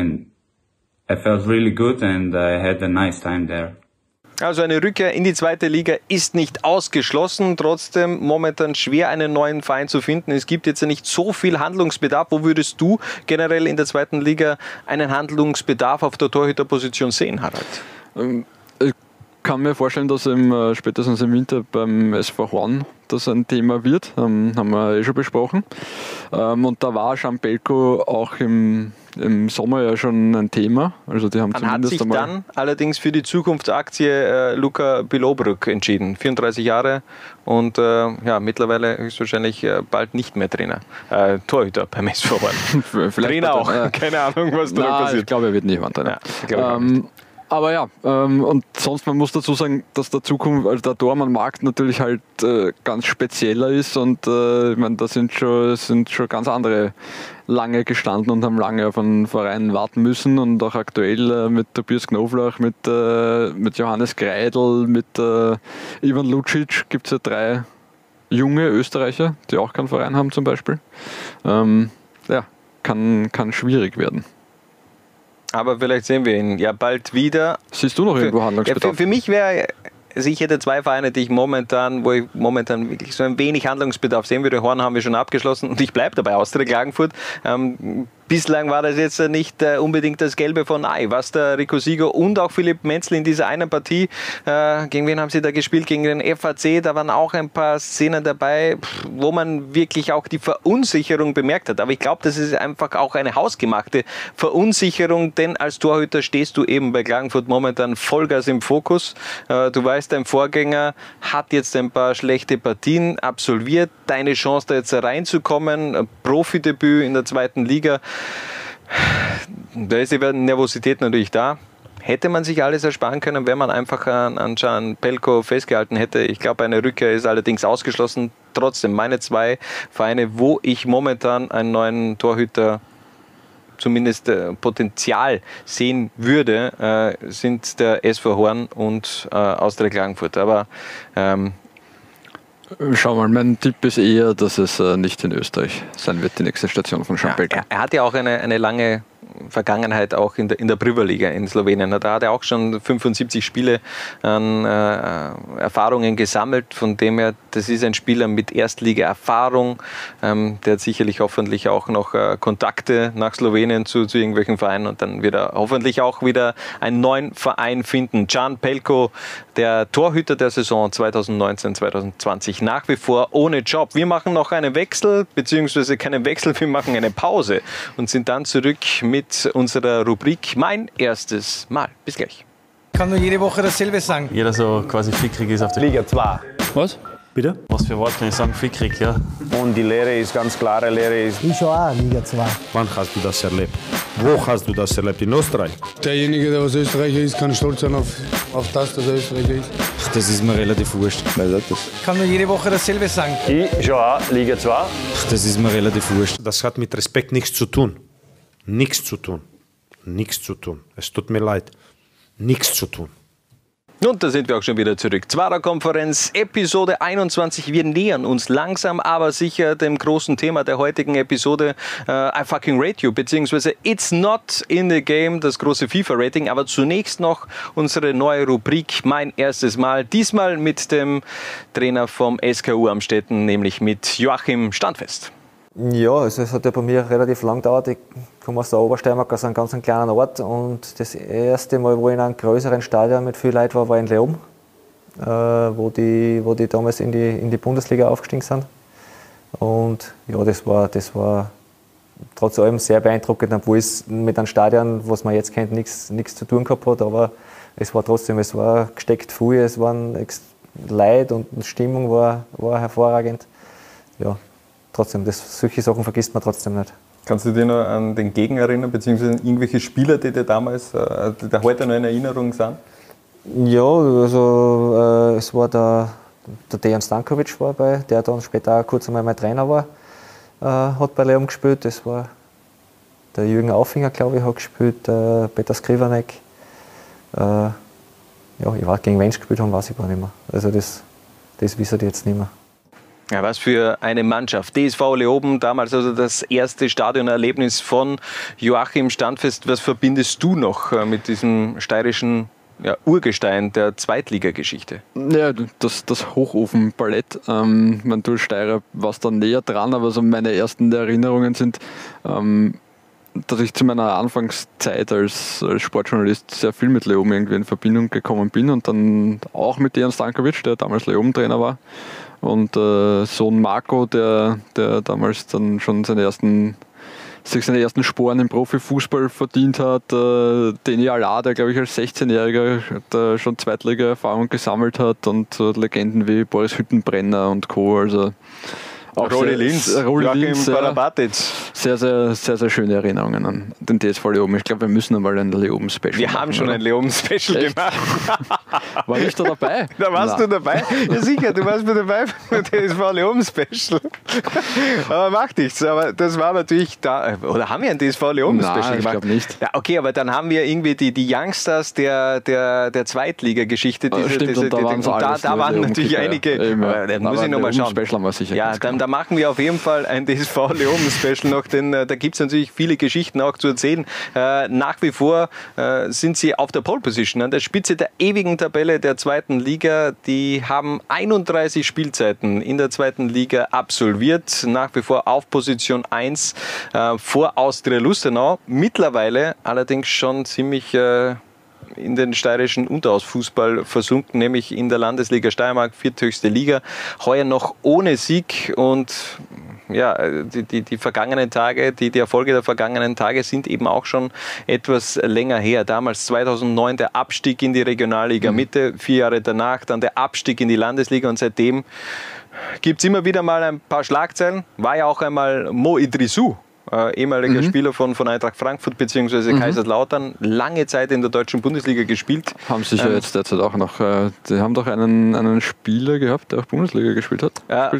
good, and I had a nice time there. Also eine Rückkehr in die zweite Liga ist nicht ausgeschlossen, trotzdem momentan schwer einen neuen Verein zu finden. Es gibt jetzt ja nicht so viel Handlungsbedarf. Wo würdest du generell in der zweiten Liga einen Handlungsbedarf auf der Torhüterposition sehen, Harald? Ich kann mir vorstellen, dass spätestens im Winter beim SV Horn das ein Thema wird. Haben wir schon besprochen. Und da war Schampelko auch im Sommer ja schon ein Thema. Also die haben Man hat sich dann allerdings für die Zukunftsaktie Luka Bilobruk entschieden. 34 Jahre und mittlerweile höchstwahrscheinlich bald nicht mehr Trainer. Torhüter beim SV Horn. Trainer auch. Keine Ahnung, was da passiert. Ich glaube, er wird nicht Trainer. Aber ja, und sonst, man muss dazu sagen, dass der Tormann-Markt natürlich halt ganz spezieller ist, und ich meine, da sind schon ganz andere lange gestanden und haben lange auf einen Verein warten müssen, und auch aktuell mit Tobias Knoflach, mit Johannes Greidl, mit Ivan Lucic gibt es ja 3 junge Österreicher, die auch keinen Verein haben zum Beispiel. Kann schwierig werden. Aber vielleicht sehen wir ihn ja bald wieder. Siehst du noch irgendwo Handlungsbedarf? Für mich wäre, ich hätte 2 Vereine, wo ich momentan wirklich so ein wenig Handlungsbedarf sehen würde. Horn haben wir schon abgeschlossen, und ich bleibe dabei, Austria Klagenfurt. Bislang war das jetzt nicht unbedingt das Gelbe von Ei. Was der Recusígo und auch Philipp Menzel in dieser einen Partie, gegen wen haben sie da gespielt? Gegen den FAC, da waren auch ein paar Szenen dabei, wo man wirklich auch die Verunsicherung bemerkt hat. Aber ich glaube, das ist einfach auch eine hausgemachte Verunsicherung, denn als Torhüter stehst du eben bei Klagenfurt momentan Vollgas im Fokus. Du weißt, dein Vorgänger hat jetzt ein paar schlechte Partien absolviert. Deine Chance, da jetzt reinzukommen, Profidebüt in der zweiten Liga, da ist die Nervosität natürlich da. Hätte man sich alles ersparen können, wenn man einfach an Schampelko festgehalten hätte. Ich glaube, eine Rückkehr ist allerdings ausgeschlossen. Trotzdem, meine 2 Vereine, wo ich momentan einen neuen Torhüter zumindest Potenzial sehen würde, sind der SV Horn und Austria Klagenfurt. Aber schau mal, mein Tipp ist eher, dass es nicht in Österreich sein wird, die nächste Station von Schampelko. Er hat ja auch eine lange Vergangenheit auch in der Prva-Liga in Slowenien. Da hat er auch schon 75 Spiele an Erfahrungen gesammelt. Von dem her, das ist ein Spieler mit Erstliga-Erfahrung. Der hat sicherlich hoffentlich auch noch Kontakte nach Slowenien zu irgendwelchen Vereinen und dann wird er hoffentlich auch wieder einen neuen Verein finden. Jan Pelko, der Torhüter der Saison 2019-2020, nach wie vor ohne Job. Wir machen noch einen Wechsel, beziehungsweise keinen Wechsel, wir machen eine Pause und sind dann zurück mit unserer Rubrik Mein erstes Mal. Bis gleich. Ich kann nur jede Woche dasselbe sagen. Jeder so quasi fickrig ist auf der Liga 2. Was? Bitte? Was für Wort kann ich sagen? Fickrig, ja. Und die Lehre ist ganz klare Lehre ist. Ich schon auch Liga 2. Wann hast du das erlebt? Wo hast du das erlebt? In Österreich? Derjenige, der was Österreicher ist, kann stolz sein auf das, dass er Österreicher ist. Ach, das ist mir relativ wurscht. Ich kann nur jede Woche dasselbe sagen. Ich schon auch, Liga 2. Ach, das ist mir relativ wurscht. Das hat mit Respekt nichts zu tun. Nichts zu tun. Nichts zu tun. Es tut mir leid. Nichts zu tun. Und da sind wir auch schon wieder zurück. Zwarer-Konferenz, Episode 21. Wir nähern uns langsam, aber sicher dem großen Thema der heutigen Episode. I fucking rate you, beziehungsweise It's not in the game, das große FIFA-Rating. Aber zunächst noch unsere neue Rubrik, mein erstes Mal. Diesmal mit dem Trainer vom SKU Amstetten, nämlich mit Joachim Standfest. Ja, also es hat ja bei mir relativ lang gedauert. Ich komme aus der Obersteiermark, aus einem ganz kleinen Ort. Und das erste Mal, wo ich in einem größeren Stadion mit viel Leuten war in Leoben, wo die damals in die Bundesliga aufgestiegen sind. Und ja, das war trotz allem sehr beeindruckend, obwohl es mit einem Stadion, was man jetzt kennt, nichts zu tun gehabt hat. Aber es war trotzdem, es war gesteckt früh, es waren Leute und die Stimmung war hervorragend. Ja. Trotzdem, solche Sachen vergisst man trotzdem nicht. Kannst du dich noch an den Gegner erinnern, beziehungsweise an irgendwelche Spieler, die dir damals, die heute noch in Erinnerung sind? Ja, also es war der Dejan Stankovic war dabei, der dann später auch kurz einmal mein Trainer war, hat bei Leon gespielt. Das war der Jürgen Aufinger, glaube ich, hat gespielt, Peter Skrivanek. Ja, ich weiß, gegen wen sie gespielt haben, weiß ich gar nicht mehr. Also das wissen die jetzt nicht mehr. Ja, was für eine Mannschaft. DSV Leoben, damals also das erste Stadionerlebnis von Joachim Standfest. Was verbindest du noch mit diesem steirischen Urgestein der Zweitligageschichte? Ja, das Hochofenballett. Du als Steirer warst da näher dran, aber so meine ersten Erinnerungen sind, dass ich zu meiner Anfangszeit als Sportjournalist sehr viel mit Leoben irgendwie in Verbindung gekommen bin und dann auch mit Dejan Stankovic, der damals Leoben-Trainer war. Und Sohn Marco, der damals dann schon seine ersten Sporen im Profifußball verdient hat. Deni Alaa, der glaube ich als 16-Jähriger schon Zweitliga-Erfahrung gesammelt hat und Legenden wie Boris Hüttenbrenner und Co. Also auch Rolli Linz, Joachim Balabatic. Sehr, sehr, sehr, sehr schöne Erinnerungen an den DSV Leoben. Ich glaube, wir müssen einmal ein Leoben-Special machen. Wir haben schon ein Leoben-Special gemacht. War ich da dabei? Da warst du dabei? Ja sicher, du warst mit dabei beim DSV Leoben-Special. Aber macht nichts. Aber das war natürlich da. Oder haben wir ein DSV Leoben-Special gemacht? Ich glaube nicht. Ja, okay, aber dann haben wir irgendwie die Youngsters der Zweitliga-Geschichte. Da waren natürlich einige. Aber da muss ich nochmal schauen. Special haben wir sicher. Ja, da machen wir auf jeden Fall ein DSV Leoben-Special noch, denn da gibt es natürlich viele Geschichten auch zu erzählen. Nach wie vor sind sie auf der Pole Position, an der Spitze der ewigen Tabelle der zweiten Liga. Die haben 31 Spielzeiten in der zweiten Liga absolviert, nach wie vor auf Position 1 vor Austria Lustenau. Mittlerweile allerdings schon ziemlich in den steirischen Unterhausfußball versunken, nämlich in der Landesliga Steiermark, vierthöchste Liga. Heuer noch ohne Sieg und ja, die vergangenen Tage, die Erfolge der vergangenen Tage sind eben auch schon etwas länger her. Damals 2009 der Abstieg in die Regionalliga Mitte, 4 Jahre danach dann der Abstieg in die Landesliga und seitdem gibt es immer wieder mal ein paar Schlagzeilen. War ja auch einmal Mo Idrissou, ehemaliger Spieler von Eintracht Frankfurt bzw. Kaiserslautern, lange Zeit in der deutschen Bundesliga gespielt. Haben sicher jetzt derzeit auch noch, die haben doch einen Spieler gehabt, der auch Bundesliga gespielt hat.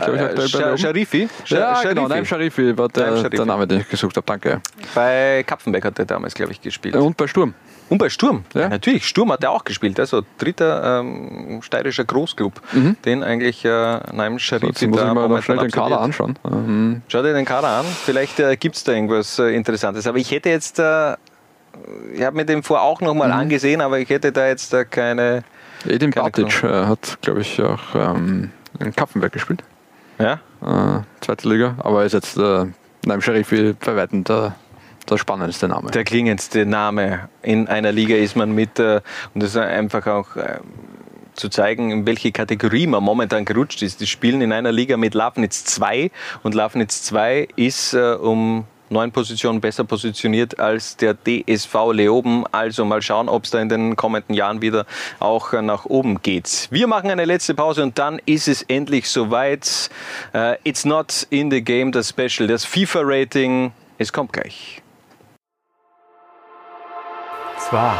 Sharifi? Sharifi war der Name, den ich gesucht habe, danke. Bei Kapfenberg hat er damals, glaube ich, gespielt. Und bei Sturm. Und bei Sturm, ja, natürlich. Sturm hat er auch gespielt, also dritter steirischer Großclub, den eigentlich Naim Sharifi so, muss ich mal schnell den Kader anschauen. Schau dir den Kader an, vielleicht gibt gibt es da irgendwas Interessantes. Aber ich hätte jetzt, ich habe mir den vorher auch nochmal angesehen, aber ich hätte da jetzt keine... Edin Batic hat, glaube ich, auch in Kapfenberg gespielt. Ja? Zweite Liga, aber ist jetzt Naim Sharifi bei weitem der spannendste Name. Der klingendste Name in einer Liga ist man mit, und das ist einfach auch zu zeigen, in welche Kategorie man momentan gerutscht ist. Die spielen in einer Liga mit Lafnitz 2 und Lafnitz 2 ist um 9 Positionen besser positioniert als der DSV Leoben. Also mal schauen, ob es da in den kommenden Jahren wieder auch nach oben geht. Wir machen eine letzte Pause und dann ist es endlich soweit. It's not in the game, das Special, das FIFA-Rating. Es kommt gleich. Zwar.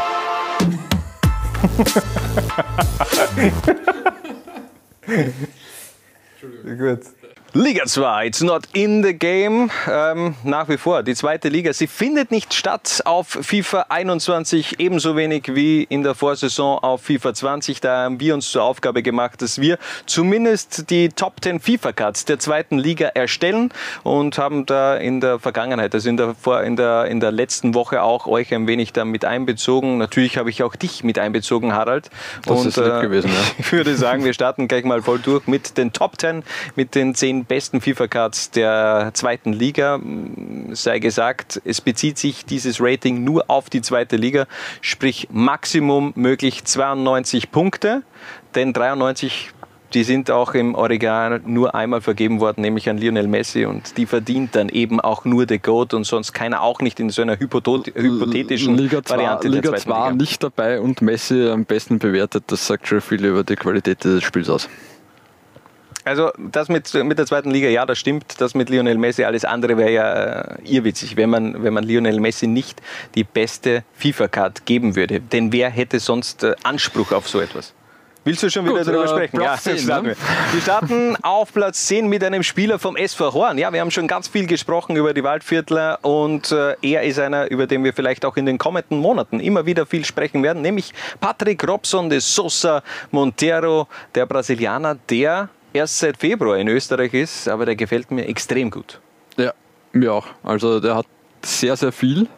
Gut. Liga 2, it's not in the game. Nach wie vor, die zweite Liga, sie findet nicht statt auf FIFA 21, ebenso wenig wie in der Vorsaison auf FIFA 20. Da haben wir uns zur Aufgabe gemacht, dass wir zumindest die Top 10 FIFA-Cards der zweiten Liga erstellen und haben da in der Vergangenheit, also in der letzten Woche auch euch ein wenig damit einbezogen. Natürlich habe ich auch dich mit einbezogen, Harald. Das ist lieb gewesen, ja. Ich würde sagen, wir starten gleich mal voll durch mit den Top 10, mit den 10 besten FIFA-Cards der zweiten Liga. Sei gesagt, es bezieht sich dieses Rating nur auf die zweite Liga, sprich Maximum möglich 92 Punkte, denn 93, die sind auch im Original nur einmal vergeben worden, nämlich an Lionel Messi, und die verdient dann eben auch nur der GOAT und sonst keiner, auch nicht in so einer hypothetischen Variante der zweiten Liga. Nicht dabei und Messi am besten bewertet, das sagt schon viel über die Qualität des Spiels aus. Also das mit der zweiten Liga, ja, das stimmt. Das mit Lionel Messi, alles andere wäre ja irrwitzig, wenn man Lionel Messi nicht die beste FIFA-Card geben würde. Denn wer hätte sonst Anspruch auf so etwas? Willst du schon wieder darüber sprechen? Platz 10, starten wir. Wir starten auf Platz 10 mit einem Spieler vom SV Horn. Ja, wir haben schon ganz viel gesprochen über die Waldviertler und er ist einer, über den wir vielleicht auch in den kommenden Monaten immer wieder viel sprechen werden, nämlich Patrick Robson de Sousa Monteiro, der Brasilianer, der erst seit Februar in Österreich ist, aber der gefällt mir extrem gut. Ja, mir auch. Also der hat sehr, sehr viel.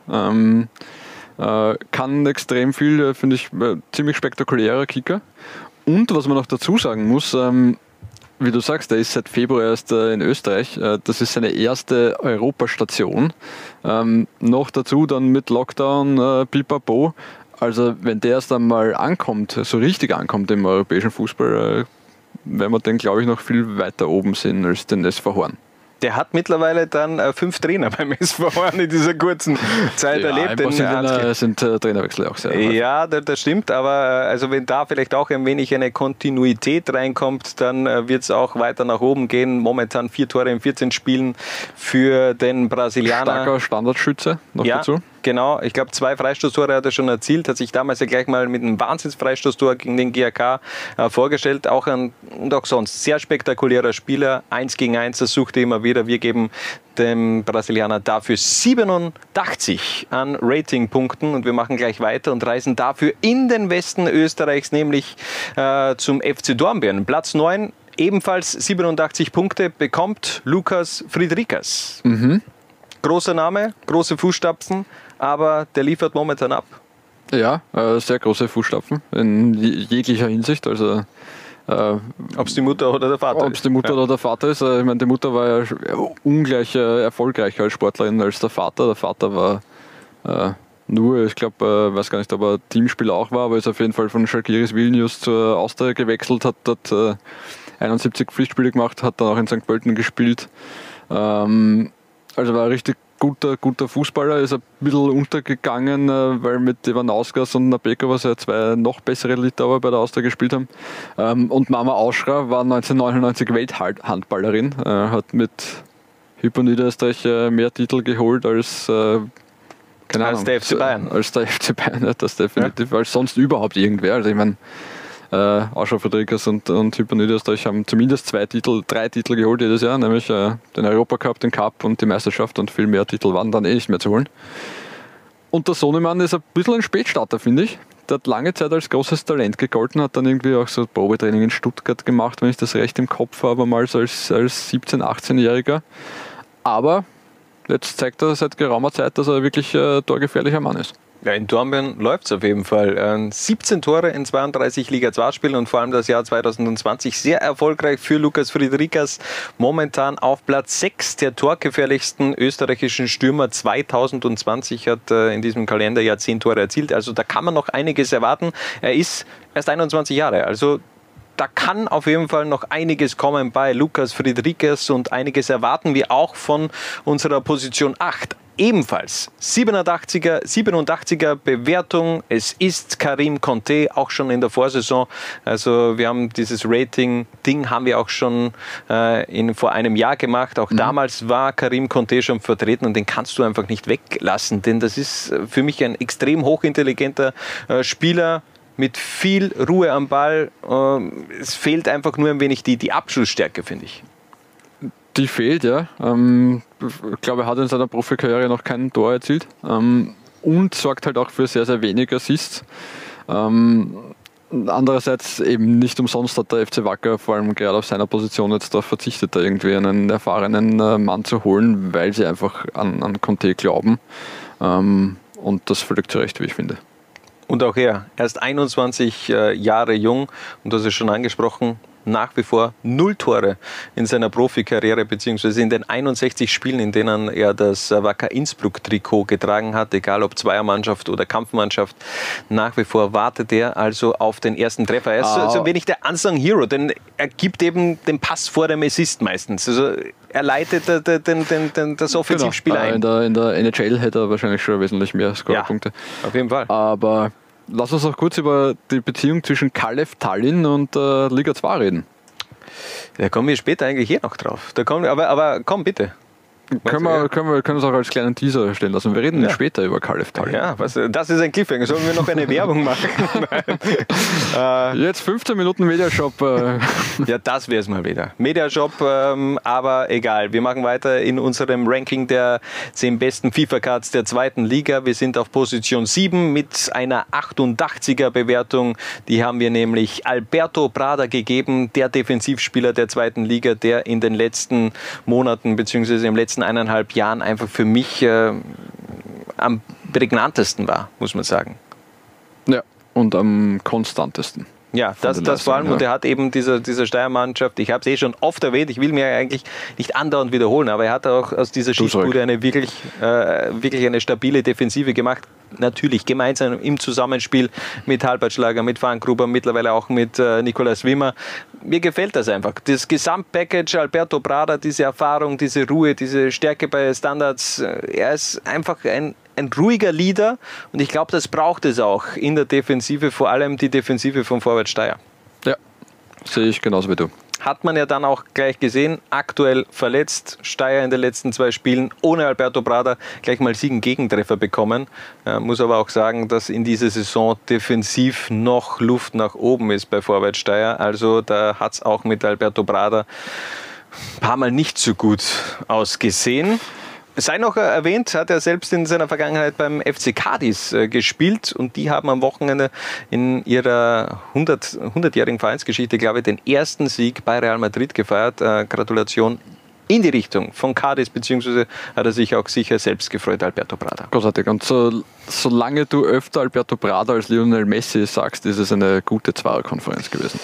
Kann extrem viel, finde ich, ziemlich spektakulärer Kicker. Und was man noch dazu sagen muss, wie du sagst, der ist seit Februar erst in Österreich. Das ist seine erste Europastation. Noch dazu dann mit Lockdown, Pipapo. Also wenn der erst einmal ankommt, so richtig ankommt im europäischen Fußball, werden wir den, glaube ich, noch viel weiter oben sehen als den SV Horn. Der hat mittlerweile dann 5 Trainer beim SV Horn in dieser kurzen Zeit erlebt. Sind Trainerwechsel auch sehr häufig. Ja, das stimmt, aber also wenn da vielleicht auch ein wenig eine Kontinuität reinkommt, dann wird es auch weiter nach oben gehen. Momentan 4 Tore in 14 Spielen für den Brasilianer. Starker Standardschütze noch dazu. Genau, ich glaube 2 Freistoßtore hat er schon erzielt, hat sich damals ja gleich mal mit einem Wahnsinns-Freistoßtor gegen den GAK vorgestellt. Und auch sonst sehr spektakulärer Spieler, 1 gegen 1, das sucht er immer wieder. Wir geben dem Brasilianer dafür 87 an Ratingpunkten und wir machen gleich weiter und reisen dafür in den Westen Österreichs, nämlich zum FC Dornbirn. Platz 9, ebenfalls 87 Punkte, bekommt Lukas Friedrichs. Großer Name, große Fußstapfen, aber der liefert momentan ab. Ja, sehr große Fußstapfen in jeglicher Hinsicht. Also, ob es die Mutter oder der Vater ist. Ob es die Mutter oder der Vater ist. Ich meine, die Mutter war ja ungleich erfolgreicher als Sportlerin als der Vater. Der Vater war nur, ich glaube, weiß gar nicht, ob er Teamspieler auch war, aber ist auf jeden Fall von Žalgiris Vilnius zur Austria gewechselt, hat dort 71 Pflichtspiele gemacht, hat dann auch in St. Pölten gespielt. Also war ein richtig guter Fußballer, ist ein bisschen untergegangen, weil mit Ivanauskas und Nabeka was ja 2 noch bessere Litauer bei der Austria gespielt haben. Und Mama Auschra war 1999 Welthandballerin, hat mit Hypo Niederösterreich mehr Titel geholt als keine Ahnung, der FC Bayern. Als der FC Bayern, das definitiv, als sonst überhaupt irgendwer. Also ich meine, Auschra Friedrichs und Hypo Niederösterreich haben zumindest 3 Titel geholt jedes Jahr, nämlich den Europacup, den Cup und die Meisterschaft, und viel mehr Titel waren dann nicht mehr zu holen. Und der Sohnemann ist ein bisschen ein Spätstarter, finde ich. Der hat lange Zeit als großes Talent gegolten, hat dann irgendwie auch so Probetraining in Stuttgart gemacht, wenn ich das recht im Kopf habe, mal als 17-, 18-Jähriger. Aber jetzt zeigt er seit geraumer Zeit, dass er wirklich ein torgefährlicher Mann ist. Ja, in Dornbirn läuft es auf jeden Fall. 17 Tore in 32 Liga 2 Spielen und vor allem das Jahr 2020 sehr erfolgreich für Lukas Friedrichs. Momentan auf Platz 6 der torgefährlichsten österreichischen Stürmer 2020, hat in diesem Kalenderjahr 10 Tore erzielt. Also da kann man noch einiges erwarten. Er ist erst 21 Jahre, also da kann auf jeden Fall noch einiges kommen bei Lukas Friedrichs und einiges erwarten wir auch von unserer Position 8. Ebenfalls 87er Bewertung. Es ist Karim Conté, auch schon in der Vorsaison. Also wir haben dieses Rating-Ding haben wir auch schon vor einem Jahr gemacht. Auch damals war Karim Conté schon vertreten und den kannst du einfach nicht weglassen, denn das ist für mich ein extrem hochintelligenter Spieler mit viel Ruhe am Ball. Es fehlt einfach nur ein wenig die Abschlussstärke, finde ich. Die fehlt, ja. Ich glaube, er hat in seiner Profikarriere noch kein Tor erzielt und sorgt halt auch für sehr, sehr wenig Assists. Andererseits eben nicht umsonst hat der FC Wacker vor allem gerade auf seiner Position jetzt darauf verzichtet, da irgendwie einen erfahrenen Mann zu holen, weil sie einfach an Conté glauben. Und das völlig zu Recht, wie ich finde. Und auch er ist 21 Jahre jung und das ist schon angesprochen, nach wie vor 0 Tore in seiner Profikarriere, beziehungsweise in den 61 Spielen, in denen er das Wacker Innsbruck-Trikot getragen hat, egal ob Zweiermannschaft oder Kampfmannschaft. Nach wie vor wartet er also auf den ersten Treffer. Er ist so ein wenig der Unsung Hero, denn er gibt eben den Pass vor dem Assist meistens. Also er leitet das Offensivspiel ein. In der NHL hätte er wahrscheinlich schon wesentlich mehr Scorerpunkte. Ja, auf jeden Fall. Aber lass uns noch kurz über die Beziehung zwischen Kalev Tallinn und Liga 2 reden. Da kommen wir später eigentlich hier noch drauf. Aber komm bitte. Können wir es auch als kleinen Teaser stellen lassen. Wir reden später über Kalev Tallinn. Ja, das ist ein Cliffhanger. Sollen wir noch eine Werbung machen? Jetzt 15 Minuten Mediashop. Ja, das wäre es mal wieder. Mediashop, aber egal. Wir machen weiter in unserem Ranking der 10 besten FIFA-Cards der 2. Liga. Wir sind auf Position 7 mit einer 88er Bewertung. Die haben wir nämlich Alberto Prada gegeben, der Defensivspieler der 2. Liga, der in den letzten Monaten bzw. im letzten 1,5 Jahren einfach für mich am prägnantesten war, muss man sagen. Ja, und am konstantesten. Ja, das vor allem. Ja. Und er hat eben diese Steiermannschaft, ich habe es schon oft erwähnt, ich will mir eigentlich nicht andauernd wiederholen, aber er hat auch aus dieser Schießbude eine wirklich eine stabile Defensive gemacht. Natürlich gemeinsam im Zusammenspiel mit Halbertschlager, mit Fahngruber, mittlerweile auch mit Nikolaus Wimmer. Mir gefällt das einfach. Das Gesamtpackage Alberto Prada, diese Erfahrung, diese Ruhe, diese Stärke bei Standards. Er ist einfach ein ruhiger Leader und ich glaube, das braucht es auch in der Defensive, vor allem die Defensive von Vorwärts Steyr. Ja, sehe ich genauso wie du. Hat man ja dann auch gleich gesehen, aktuell verletzt, Steyr in den letzten 2 Spielen ohne Alberto Prada gleich mal 7 Gegentreffer bekommen. Muss aber auch sagen, dass in dieser Saison defensiv noch Luft nach oben ist bei Vorwärts Steyr. Also da hat es auch mit Alberto Prada ein paar Mal nicht so gut ausgesehen. Sei noch erwähnt, hat er selbst in seiner Vergangenheit beim FC Cadiz gespielt und die haben am Wochenende in ihrer 100-jährigen Vereinsgeschichte, glaube ich, den ersten Sieg bei Real Madrid gefeiert. Gratulation in die Richtung von Cadiz, beziehungsweise hat er sich auch sicher selbst gefreut, Alberto Prada. Großartig. Und solange du öfter Alberto Prada als Lionel Messi sagst, ist es eine gute Zweierkonferenz gewesen.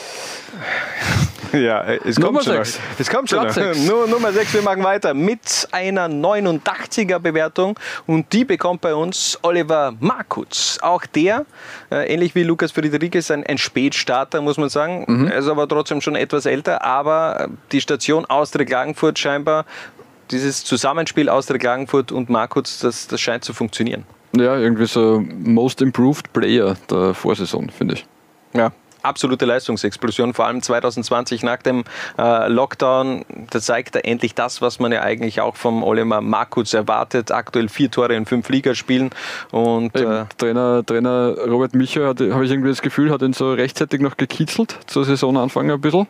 Ja, es kommt schon. Es kommt schon. Nummer 6, wir machen weiter mit einer 89er Bewertung und die bekommt bei uns Oliver Markutz. Auch der, ähnlich wie Lukas Friedrichs, ein Spätstarter, muss man sagen. Er ist aber trotzdem schon etwas älter, aber die Station Austria Klagenfurt scheinbar, dieses Zusammenspiel Austria Klagenfurt und Markutz, das scheint zu funktionieren. Ja, irgendwie so Most Improved Player der Vorsaison, finde ich. Ja. Absolute Leistungsexplosion, vor allem 2020 nach dem Lockdown. Da zeigt er endlich das, was man ja eigentlich auch vom Oliver Markutz erwartet. Aktuell 4 Tore in 5 Ligaspielen. Und Trainer Robert Micha, habe ich irgendwie das Gefühl, hat ihn so rechtzeitig noch gekitzelt zur Saisonanfang ein bisschen.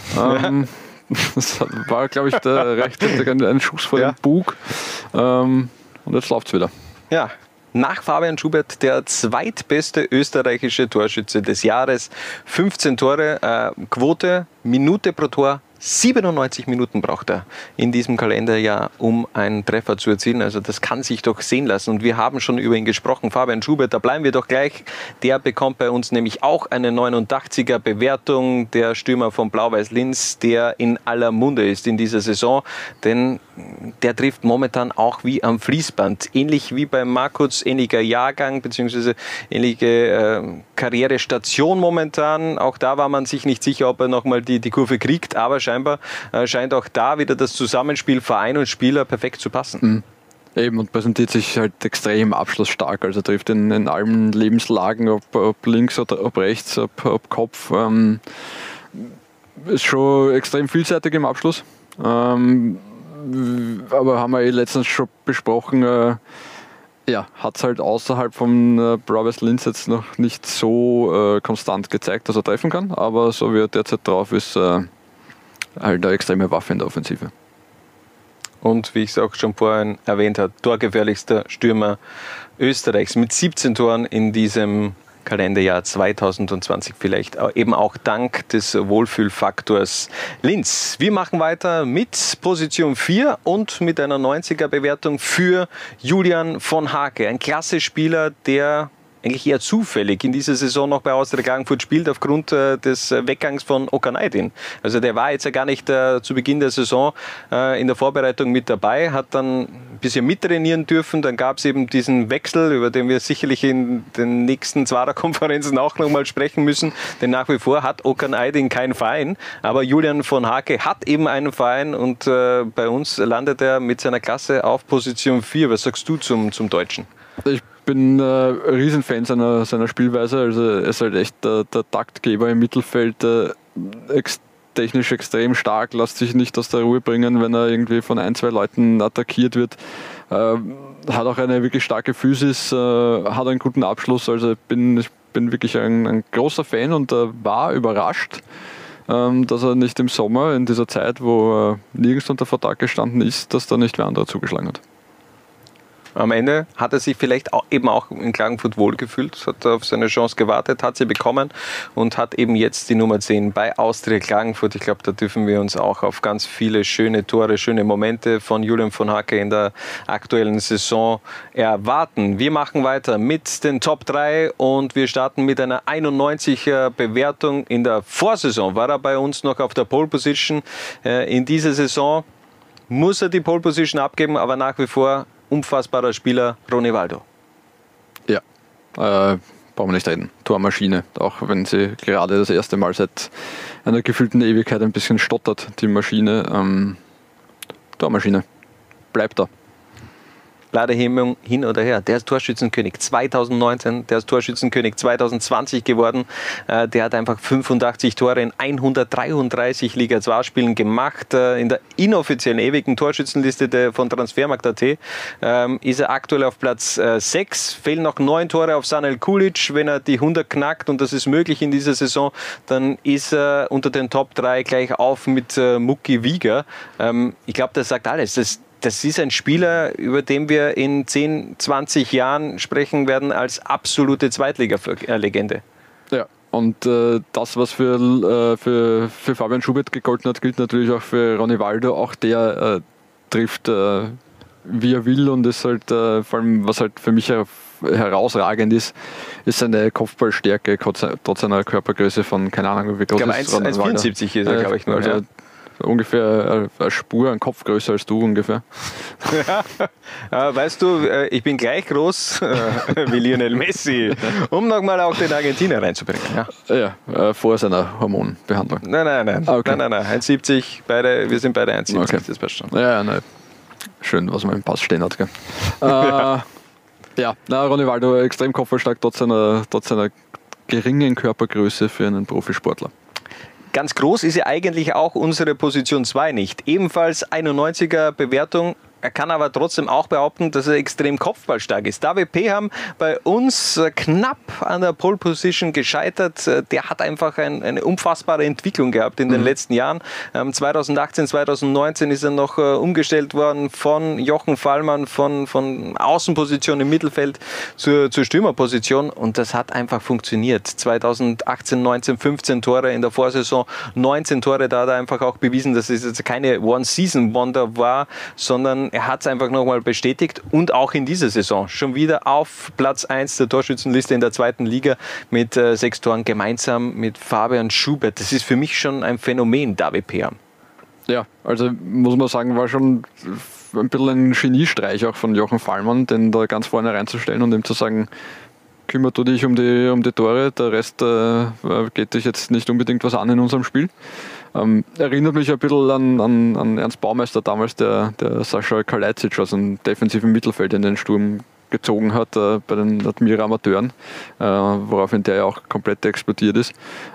Das war, glaube ich, rechtzeitig ein Schuss vor den Bug. Und jetzt läuft es wieder. Ja. Nach Fabian Schubert der zweitbeste österreichische Torschütze des Jahres. 15 Tore, Quote, Minute pro Tor 97 Minuten braucht er in diesem Kalenderjahr, um einen Treffer zu erzielen. Also das kann sich doch sehen lassen. Und wir haben schon über ihn gesprochen. Fabian Schubert, da bleiben wir doch gleich. Der bekommt bei uns nämlich auch eine 89er Bewertung. Der Stürmer von Blau-Weiß Linz, der in aller Munde ist in dieser Saison. Denn der trifft momentan auch wie am Fließband. Ähnlich wie bei Markus, ähnlicher Jahrgang bzw. ähnliche Karrierestation momentan. Auch da war man sich nicht sicher, ob er nochmal die Kurve kriegt. Aber scheinbar scheint auch da wieder das Zusammenspiel Verein und Spieler perfekt zu passen. Eben, und präsentiert sich halt extrem abschlussstark. Also trifft in allen Lebenslagen, ob links oder ob rechts, ob Kopf. Ist schon extrem vielseitig im Abschluss. Aber haben wir letztens schon besprochen, hat es halt außerhalb von Blau-Weiß Linz jetzt noch nicht so konstant gezeigt, dass er treffen kann. Aber so wie er derzeit drauf ist, halt eine extreme Waffe in der Offensive. Und wie ich es auch schon vorhin erwähnt habe, torgefährlichster Stürmer Österreichs mit 17 Toren in diesem Kalenderjahr 2020, vielleicht eben auch dank des Wohlfühlfaktors Linz. Wir machen weiter mit Position 4 und mit einer 90er Bewertung für Julian von Hake. Ein klasse Spieler, der eigentlich eher zufällig in dieser Saison noch bei Austria Klagenfurt spielt aufgrund des Weggangs von Okan Aydin. Also der war jetzt ja gar nicht zu Beginn der Saison in der Vorbereitung mit dabei, hat dann ein bisschen mittrainieren dürfen. Dann gab es eben diesen Wechsel, über den wir sicherlich in den nächsten Zwarer-Konferenzen auch noch mal sprechen müssen. Denn nach wie vor hat Okan Aydin keinen Verein. Aber Julian von Hake hat eben einen Verein und bei uns landet er mit seiner Klasse auf Position 4. Was sagst du zum Deutschen? Ich bin Riesenfan seiner Spielweise. Also er ist halt echt der Taktgeber im Mittelfeld, technisch extrem stark, lässt sich nicht aus der Ruhe bringen, wenn er irgendwie von 1-2 Leuten attackiert wird. Hat auch eine wirklich starke Physis, hat einen guten Abschluss. Also ich bin wirklich ein großer Fan und war überrascht, dass er nicht im Sommer in dieser Zeit, wo er nirgends unter Vertrag gestanden ist, dass da nicht wer andere zugeschlagen hat. Am Ende hat er sich vielleicht auch in Klagenfurt wohlgefühlt, hat auf seine Chance gewartet, hat sie bekommen und hat eben jetzt die Nummer 10 bei Austria Klagenfurt. Ich glaube, da dürfen wir uns auch auf ganz viele schöne Tore, schöne Momente von Julian von Hake in der aktuellen Saison erwarten. Wir machen weiter mit den Top 3 und wir starten mit einer 91er Bewertung. In der Vorsaison war er bei uns noch auf der Pole Position. In dieser Saison muss er die Pole Position abgeben, aber nach wie vor unfassbarer Spieler, Ronny Waldo. Ja, brauchen wir nicht reden. Tormaschine, auch wenn sie gerade das erste Mal seit einer gefühlten Ewigkeit ein bisschen stottert, die Maschine. Tormaschine, bleibt da. Ladehemmung hin oder her. Der ist Torschützenkönig 2019, der ist Torschützenkönig 2020 geworden. Der hat einfach 85 Tore in 133 Liga 2 Spielen gemacht. In der inoffiziellen ewigen Torschützenliste von Transfermarkt.at ist er aktuell auf Platz 6. Fehlen noch 9 Tore auf Sanel Kulic. Wenn er die 100 knackt, und das ist möglich in dieser Saison, dann ist er unter den Top 3 gleich auf mit Mucki Wieger. Ich glaube, das sagt alles. Das ist ein Spieler, über den wir in 10, 20 Jahren sprechen werden als absolute Zweitliga-Legende. Ja, und das, was für Fabian Schubert gegolten hat, gilt natürlich auch für Ronny Waldo. Auch der trifft, wie er will, und ist halt, vor allem, was halt für mich herausragend ist seine Kopfballstärke, trotz seiner Körpergröße von, keine Ahnung, wie groß ist Ronny Waldo. 1,74 ist er, glaube ich, nur. Also, ungefähr eine Spur, ein Kopf größer als du ungefähr. Ja, weißt du, ich bin gleich groß wie Lionel Messi, um nochmal auch den Argentinier reinzubringen. Ja, vor seiner Hormonbehandlung. Nein. Okay. Nein. 1,70, wir sind beide 1,70, okay. Das passt schon. Ja, nein. Schön, was man im Pass stehen hat. Gell? Ronny Waldo extrem kopfballstark, trotz seiner geringen Körpergröße für einen Profisportler. Ganz groß ist ja eigentlich auch unsere Position 2 nicht. Ebenfalls 91er Bewertung. Er kann aber trotzdem auch behaupten, dass er extrem kopfballstark ist. David Peham bei uns knapp an der Pole Position gescheitert. Der hat einfach eine unfassbare Entwicklung gehabt in den letzten Jahren. 2018, 2019 ist er noch umgestellt worden von Jochen Fallmann, von Außenposition im Mittelfeld zur Stürmerposition. Und das hat einfach funktioniert. 2018, 19, 15 Tore in der Vorsaison, 19 Tore. Da hat er einfach auch bewiesen, dass es jetzt keine One-Season-Wonder war, sondern er hat es einfach nochmal bestätigt. Und auch in dieser Saison schon wieder auf Platz 1 der Torschützenliste in der 2. Liga mit 6 Toren gemeinsam mit Fabian Schubert. Das ist für mich schon ein Phänomen, David Peham. Ja, also muss man sagen, war schon ein bisschen ein Geniestreich auch von Jochen Fallmann, den da ganz vorne reinzustellen und ihm zu sagen, kümmere du dich um die Tore, der Rest geht dich jetzt nicht unbedingt was an in unserem Spiel. Erinnert mich ein bisschen an Ernst Baumeister damals, der Sascha Kalajdzic aus dem defensiven Mittelfeld in den Sturm gezogen hat bei den Admira Amateuren, woraufhin der ja auch komplett explodiert ist.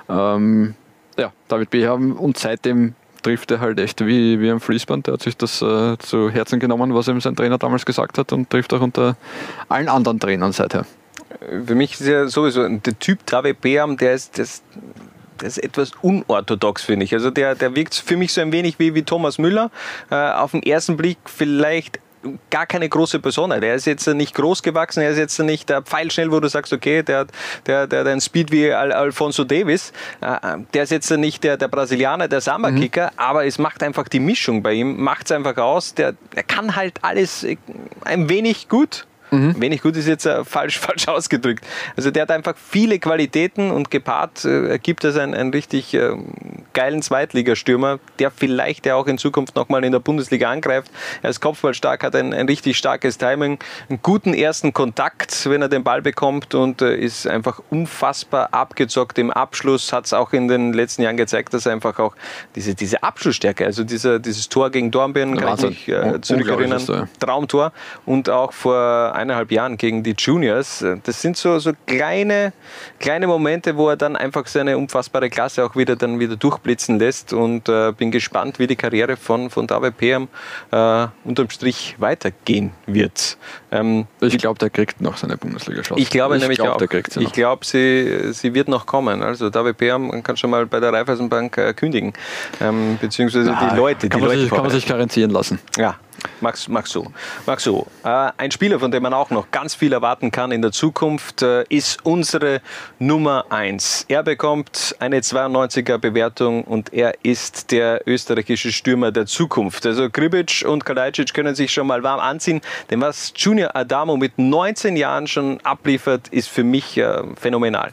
David Peham, und seitdem trifft er halt echt wie am Fließband. Der hat sich das zu Herzen genommen, was ihm sein Trainer damals gesagt hat, und trifft auch unter allen anderen Trainern seither. Für mich ist ja sowieso der Typ David Peham, der ist etwas unorthodox, finde ich. Also der wirkt für mich so ein wenig wie Thomas Müller. Auf den ersten Blick vielleicht gar keine große Besonderheit. Er ist jetzt nicht groß gewachsen, er ist jetzt nicht der Pfeilschnell, wo du sagst, okay, der hat einen Speed wie Alphonso Davies. Der ist jetzt nicht der Brasilianer, der Samba-Kicker, aber es macht einfach die Mischung bei ihm, macht es einfach aus. Er kann halt alles ein wenig gut. Wenig gut ist jetzt falsch ausgedrückt. Also der hat einfach viele Qualitäten und gepaart gibt es einen richtig geilen Zweitligastürmer, der vielleicht ja auch in Zukunft nochmal in der Bundesliga angreift. Er ist kopfballstark, hat ein richtig starkes Timing, einen guten ersten Kontakt, wenn er den Ball bekommt, und ist einfach unfassbar abgezockt im Abschluss. Hat es auch in den letzten Jahren gezeigt, dass er einfach auch diese Abschlussstärke, also dieses Tor gegen Dornbirn, kann ich mich zurückerinnern, Traumtor, und auch vor 1,5 Jahren gegen die Juniors. Das sind so kleine Momente, wo er dann einfach seine unfassbare Klasse auch wieder durchblitzen lässt, und bin gespannt, wie die Karriere von David Peham unterm Strich weitergehen wird. Ich glaube, der kriegt noch seine Bundesliga-Chance. Ich glaube nämlich auch. Ich glaube, sie wird noch kommen. Also David Peham kann schon mal bei der Raiffeisenbank kündigen. Beziehungsweise die Leute. Kann man sich karenzieren lassen. Ja. Magst so. Ein Spieler, von dem man auch noch ganz viel erwarten kann in der Zukunft, ist unsere Nummer 1. Er bekommt eine 92er Bewertung und er ist der österreichische Stürmer der Zukunft. Also Gribic und Kalajdzic können sich schon mal warm anziehen, denn was Junior Adamo mit 19 Jahren schon abliefert, ist für mich phänomenal.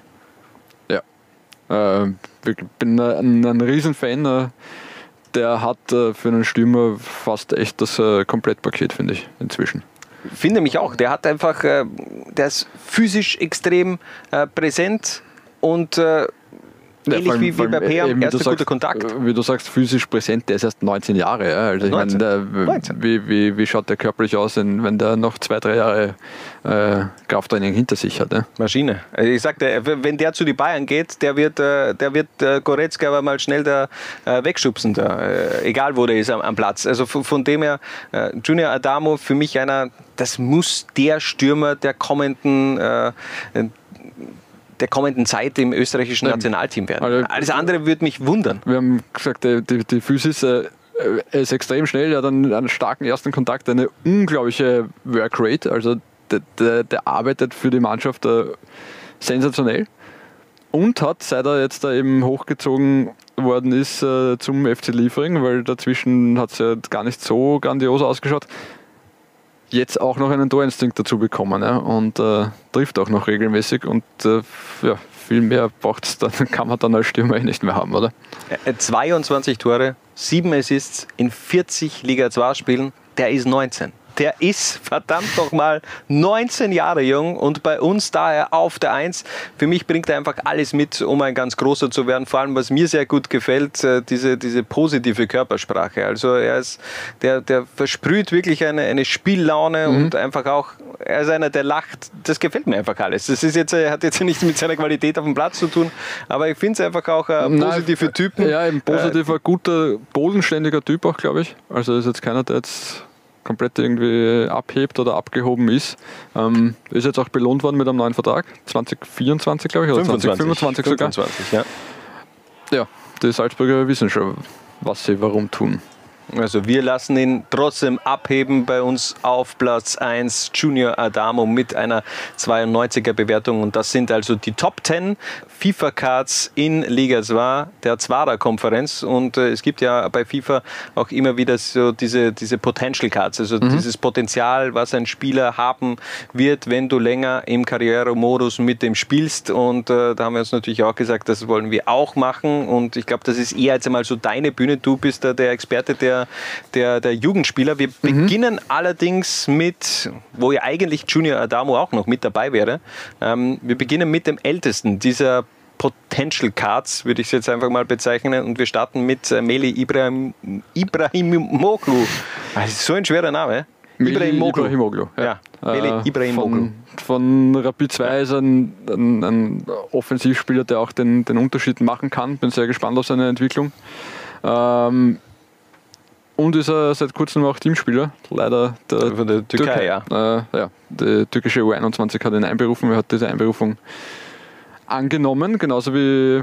Ja, ich bin ein Riesenfan. Der hat für einen Stürmer fast echt das Komplettpaket, finde ich, inzwischen. Finde mich auch. Der hat einfach, der ist physisch extrem präsent und ähnlich wie bei Peham, erster guter Kontakt. Wie du sagst, physisch präsent, der ist erst 19 Jahre. Ja. Also ich meine, wie schaut der körperlich aus, wenn der noch 2-3 Jahre Krafttraining hinter sich hat? Ja? Maschine. Also ich sagte, wenn der zu die Bayern geht, der wird Goretzka aber mal schnell wegschubsen, egal wo der ist am Platz. Also von dem her, Junior Adamo für mich das muss der Stürmer der kommenden Zeit im österreichischen Nationalteam werden. Also, alles andere würde mich wundern. Wir haben gesagt, die Physis ist extrem schnell, er hat einen starken ersten Kontakt, eine unglaubliche Workrate, also der arbeitet für die Mannschaft sensationell und hat, seit er jetzt da eben hochgezogen worden ist zum FC Liefering, weil dazwischen hat es ja gar nicht so grandios ausgeschaut, jetzt auch noch einen Torinstinkt dazu bekommen, ja, und trifft auch noch regelmäßig, und viel mehr braucht's, dann kann man dann als Stürmer nicht mehr haben, oder? 22 Tore, 7 Assists in 40 Liga 2 Spielen, der ist 19. Der ist verdammt nochmal 19 Jahre jung und bei uns daher auf der 1. Für mich bringt er einfach alles mit, um ein ganz großer zu werden. Vor allem, was mir sehr gut gefällt, diese positive Körpersprache. Also der versprüht wirklich eine Spiellaune und einfach auch, er ist einer, der lacht. Das gefällt mir einfach alles. Das ist hat jetzt nichts mit seiner Qualität auf dem Platz zu tun, aber ich finde es einfach auch positive Typen. Ja, ein positiver, guter, bodenständiger Typ auch, glaube ich. Also ist jetzt keiner, der jetzt komplett irgendwie abhebt oder abgehoben ist. Ist jetzt auch belohnt worden mit einem neuen Vertrag, 2024 glaube ich, oder 2025 sogar. 25, ja. Ja, die Salzburger wissen schon, was sie warum tun. Also wir lassen ihn trotzdem abheben bei uns auf Platz 1, Junior Adamo mit einer 92er Bewertung. Und das sind also die Top 10 FIFA-Cards in Liga 2 der Zwara-Konferenz. Und es gibt ja bei FIFA auch immer wieder so diese Potential Cards, also dieses Potenzial, was ein Spieler haben wird, wenn du länger im Karrieremodus mit dem spielst. Und da haben wir uns natürlich auch gesagt, das wollen wir auch machen. Und ich glaube, das ist eher jetzt einmal so deine Bühne. Du bist da der Experte der Jugendspieler. Wir beginnen allerdings mit, wo ja eigentlich Junior Adamo auch noch mit dabei wäre, wir beginnen mit dem ältesten dieser Potential Cards, würde ich es jetzt einfach mal bezeichnen, und wir starten mit Meli Ibrahimoglu. Das ist so ein schwerer Name. Ibrahimoglu. Ja. Meli Ibrahimoglu. Von Rapid 2 ist ein Offensivspieler, der auch den Unterschied machen kann. Bin sehr gespannt auf seine Entwicklung. Und ist er seit kurzem auch Teamspieler, leider von der Türkei, ja. Die türkische U21 hat ihn einberufen, er hat diese Einberufung angenommen, genauso wie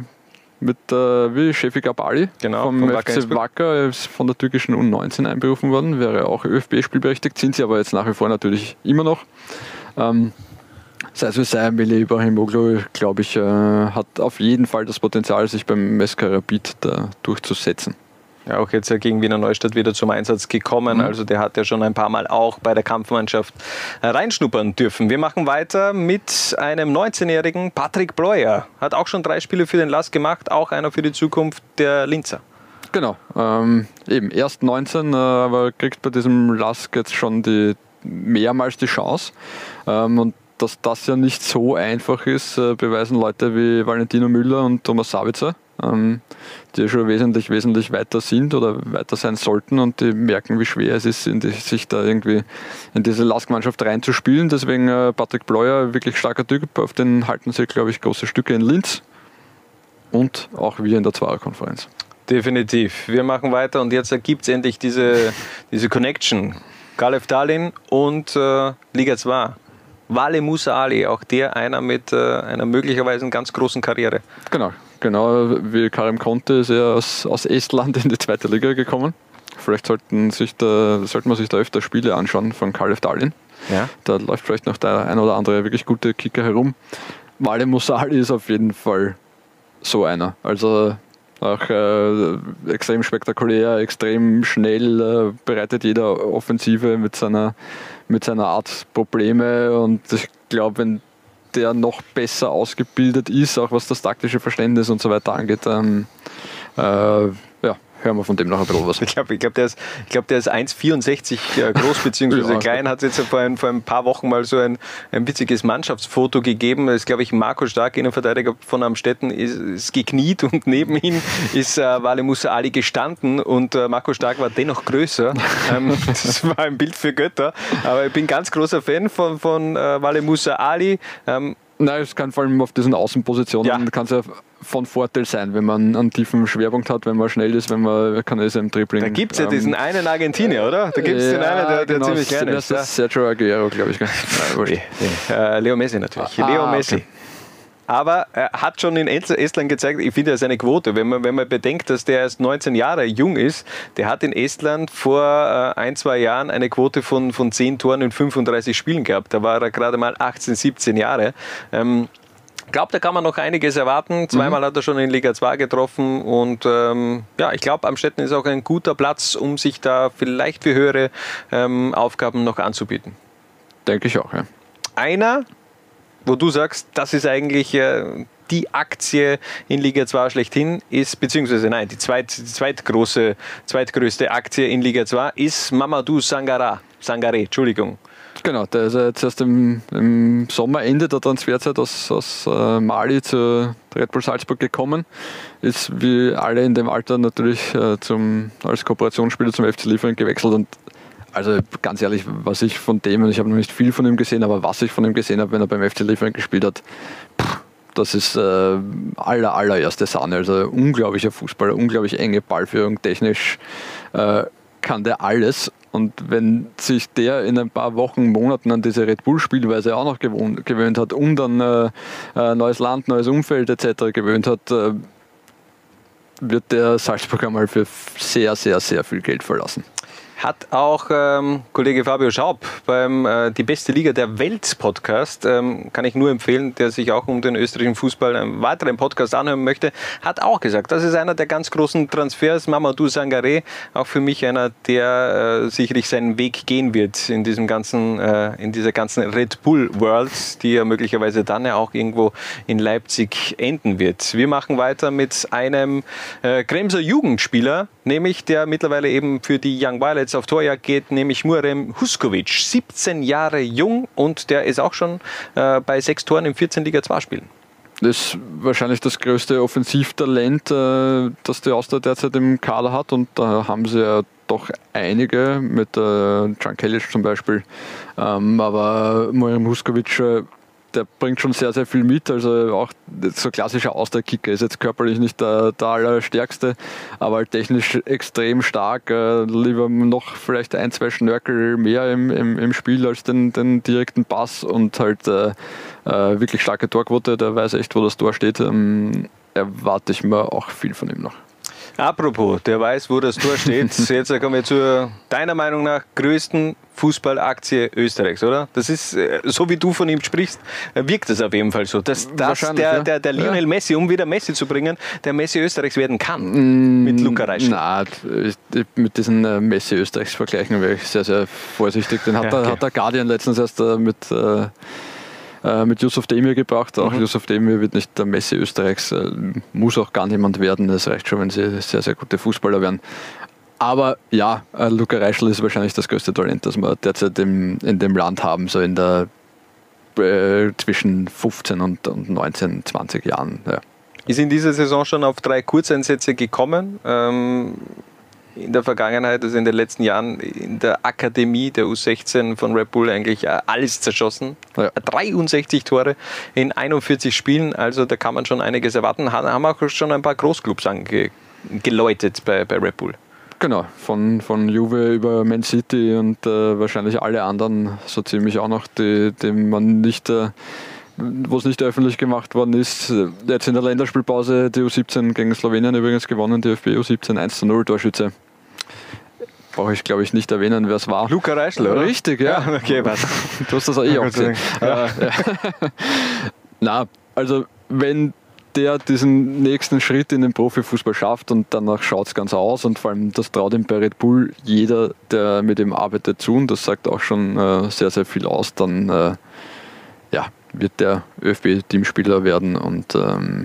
wie Şefik Abali vom FC Wacker. Er ist von der türkischen U19 einberufen worden, wäre auch ÖFB-spielberechtigt, sind sie aber jetzt nach wie vor natürlich immer noch. Sei es wie sei, Meli Ibrahimoglu, glaube ich, hat auf jeden Fall das Potenzial, sich beim SK Rapid da durchzusetzen. Ja, auch jetzt gegen Wiener Neustadt wieder zum Einsatz gekommen. Also der hat ja schon ein paar Mal auch bei der Kampfmannschaft reinschnuppern dürfen. Wir machen weiter mit einem 19-jährigen Patrick Bleuer. Hat auch schon 3 Spiele für den LASK gemacht, auch einer für die Zukunft der Linzer. Genau, eben erst 19, aber kriegt bei diesem LASK jetzt schon mehrmals die Chance. Und dass das ja nicht so einfach ist, beweisen Leute wie Valentino Müller und Thomas Sabitzer, die ja schon wesentlich weiter sind oder weiter sein sollten, und die merken, wie schwer es ist, sich da irgendwie in diese LASK-Mannschaft reinzuspielen. Deswegen Patrick Bleuer, wirklich starker Typ, auf den halten sie, glaube ich, große Stücke in Linz und auch wir in der Zwara-Konferenz. Definitiv. Wir machen weiter und jetzt ergibt es endlich diese Connection. Kalev Tallinn und Liga 2. Vale Musa Ali, auch der einer mit einer möglicherweise ganz großen Karriere. Genau, wie Karim Conte ist er aus Estland in die 2. Liga gekommen. Vielleicht sollte man sich da öfter Spiele anschauen von Kalev Tallinn. Ja. Da läuft vielleicht noch der ein oder andere wirklich gute Kicker herum. Vale Musa Ali ist auf jeden Fall so einer. Also auch extrem spektakulär, extrem schnell, bereitet jeder Offensive mit seiner Art Probleme, und ich glaube, wenn der noch besser ausgebildet ist, auch was das taktische Verständnis und so weiter angeht, dann hören wir von dem noch ein bisschen was. Ich glaube, der ist 1,64 groß bzw. klein. Hat jetzt vor ein paar Wochen mal so ein witziges Mannschaftsfoto gegeben. Das ist, glaube ich, Marco Stark, Innenverteidiger von Amstetten, ist gekniet und neben ihm ist Vale Musa Ali gestanden, und Marco Stark war dennoch größer. Das war ein Bild für Götter. Aber ich bin ganz großer Fan von Vale Musa Ali. Nein, es kann vor allem auf diesen Außenpositionen kann es ja von Vorteil sein, wenn man einen tiefen Schwerpunkt hat, wenn man schnell ist, wenn man kann es im Dribbling. Da gibt es ja diesen einen Argentinier, oder? Da gibt es den einen, der ziemlich klein ist. Das ist Sergio Aguero, glaube ich. Leo Messi natürlich. Leo Messi. Okay. Aber er hat schon in Estland gezeigt, ich finde, er ist eine Quote. Wenn man bedenkt, dass der erst 19 Jahre jung ist, der hat in Estland vor 1-2 Jahren eine Quote von 10 Toren in 35 Spielen gehabt. Da war er gerade mal 18, 17 Jahre. Ich glaube, da kann man noch einiges erwarten. Zweimal hat er schon in Liga 2 getroffen, und ich glaube, Amstetten ist auch ein guter Platz, um sich da vielleicht für höhere Aufgaben noch anzubieten. Denke ich auch, ja. Einer, wo du sagst, das ist eigentlich die Aktie in Liga 2 schlechthin, ist, beziehungsweise nein, die zweitgrößte Aktie in Liga 2 ist Mamadou Sangaré, Entschuldigung. Genau, der ist jetzt erst im Sommerende der Transferzeit aus Mali zu Red Bull Salzburg gekommen. Ist wie alle in dem Alter natürlich als Kooperationsspieler zum FC Liefering gewechselt, und also ganz ehrlich, was ich von dem, und ich habe noch nicht viel von ihm gesehen, aber was ich von ihm gesehen habe, wenn er beim FC Liefering gespielt hat, das ist allererste Sahne. Also unglaublicher Fußballer, unglaublich enge Ballführung, technisch kann der alles. Und wenn sich der in ein paar Wochen, Monaten an diese Red Bull-Spielweise auch noch gewöhnt hat und an neues Land, neues Umfeld etc. gewöhnt hat, wird der Salzburg einmal für sehr, sehr, sehr viel Geld verlassen. Hat auch Kollege Fabio Schaub beim Die beste Liga der Welt Podcast, kann ich nur empfehlen, der sich auch um den österreichischen Fußball einen weiteren Podcast anhören möchte, hat auch gesagt, das ist einer der ganz großen Transfers, Mamadou Sangaré, auch für mich einer, der sicherlich seinen Weg gehen wird in dieser ganzen Red Bull World, die ja möglicherweise dann ja auch irgendwo in Leipzig enden wird. Wir machen weiter mit einem Kremser Jugendspieler, nämlich der mittlerweile eben für die Young Violets auf Torjagd geht, nämlich Muharrem Huskovic, 17 Jahre jung und der ist auch schon bei 6 Toren in 14 Liga 2 Spielen. Das ist wahrscheinlich das größte Offensivtalent, das die Austria derzeit im Kader hat, und da haben sie ja doch einige, mit Can Kelic zum Beispiel, aber Muharrem Huskovic, der bringt schon sehr, sehr viel mit, also auch so klassischer Austria-Kicker, ist jetzt körperlich nicht der allerstärkste, aber halt technisch extrem stark, lieber noch vielleicht 1-2 Schnörkel mehr im Spiel als den direkten Pass und halt wirklich starke Torquote, der weiß echt, wo das Tor steht, erwarte ich mir auch viel von ihm noch. Apropos, der weiß, wo das Tor steht. Jetzt kommen wir zur, deiner Meinung nach, größten Fußballaktie Österreichs, oder? Das ist, so wie du von ihm sprichst, wirkt es auf jeden Fall so. Dass der Lionel Messi, um wieder Messi zu bringen, der Messi Österreichs werden kann mit Luca Reischl. Nein, mit diesen Messi Österreichs vergleichen wäre ich sehr, sehr vorsichtig. Den hat der Guardian letztens erst mit Yusuf Demir gebracht. Auch Yusuf Demir wird nicht der Messi Österreichs, muss auch gar niemand werden. Es reicht schon, wenn sie sehr, sehr gute Fußballer werden. Aber ja, Luca Reischl ist wahrscheinlich das größte Talent, das wir derzeit in dem Land haben, so in der zwischen 15 und 19, 20 Jahren. Ja. Ist in dieser Saison schon auf 3 Kurzeinsätze gekommen. In der Vergangenheit, also in den letzten Jahren, in der Akademie der U16 von Red Bull eigentlich alles zerschossen. Ja. 63 Tore in 41 Spielen, also da kann man schon einiges erwarten. Haben auch schon ein paar Großclubs angeläutet bei Red Bull. Genau, von Juve über Man City und wahrscheinlich alle anderen so ziemlich auch noch, die man nicht, wo es nicht öffentlich gemacht worden ist. Jetzt in der Länderspielpause die U17 gegen Slowenien übrigens gewonnen, die ÖFB U17 1:0 Torschütze. Brauche ich, glaube ich, nicht erwähnen, wer es war. Luca Reischl, oder? Richtig, ja. Okay, was? Du hast das auch auch gesehen. Ja. Na, also wenn der diesen nächsten Schritt in den Profifußball schafft und danach schaut es ganz aus und vor allem das traut ihm bei Red Bull jeder, der mit ihm arbeitet, zu, und das sagt auch schon sehr, sehr viel aus, dann wird der ÖFB-Teamspieler werden und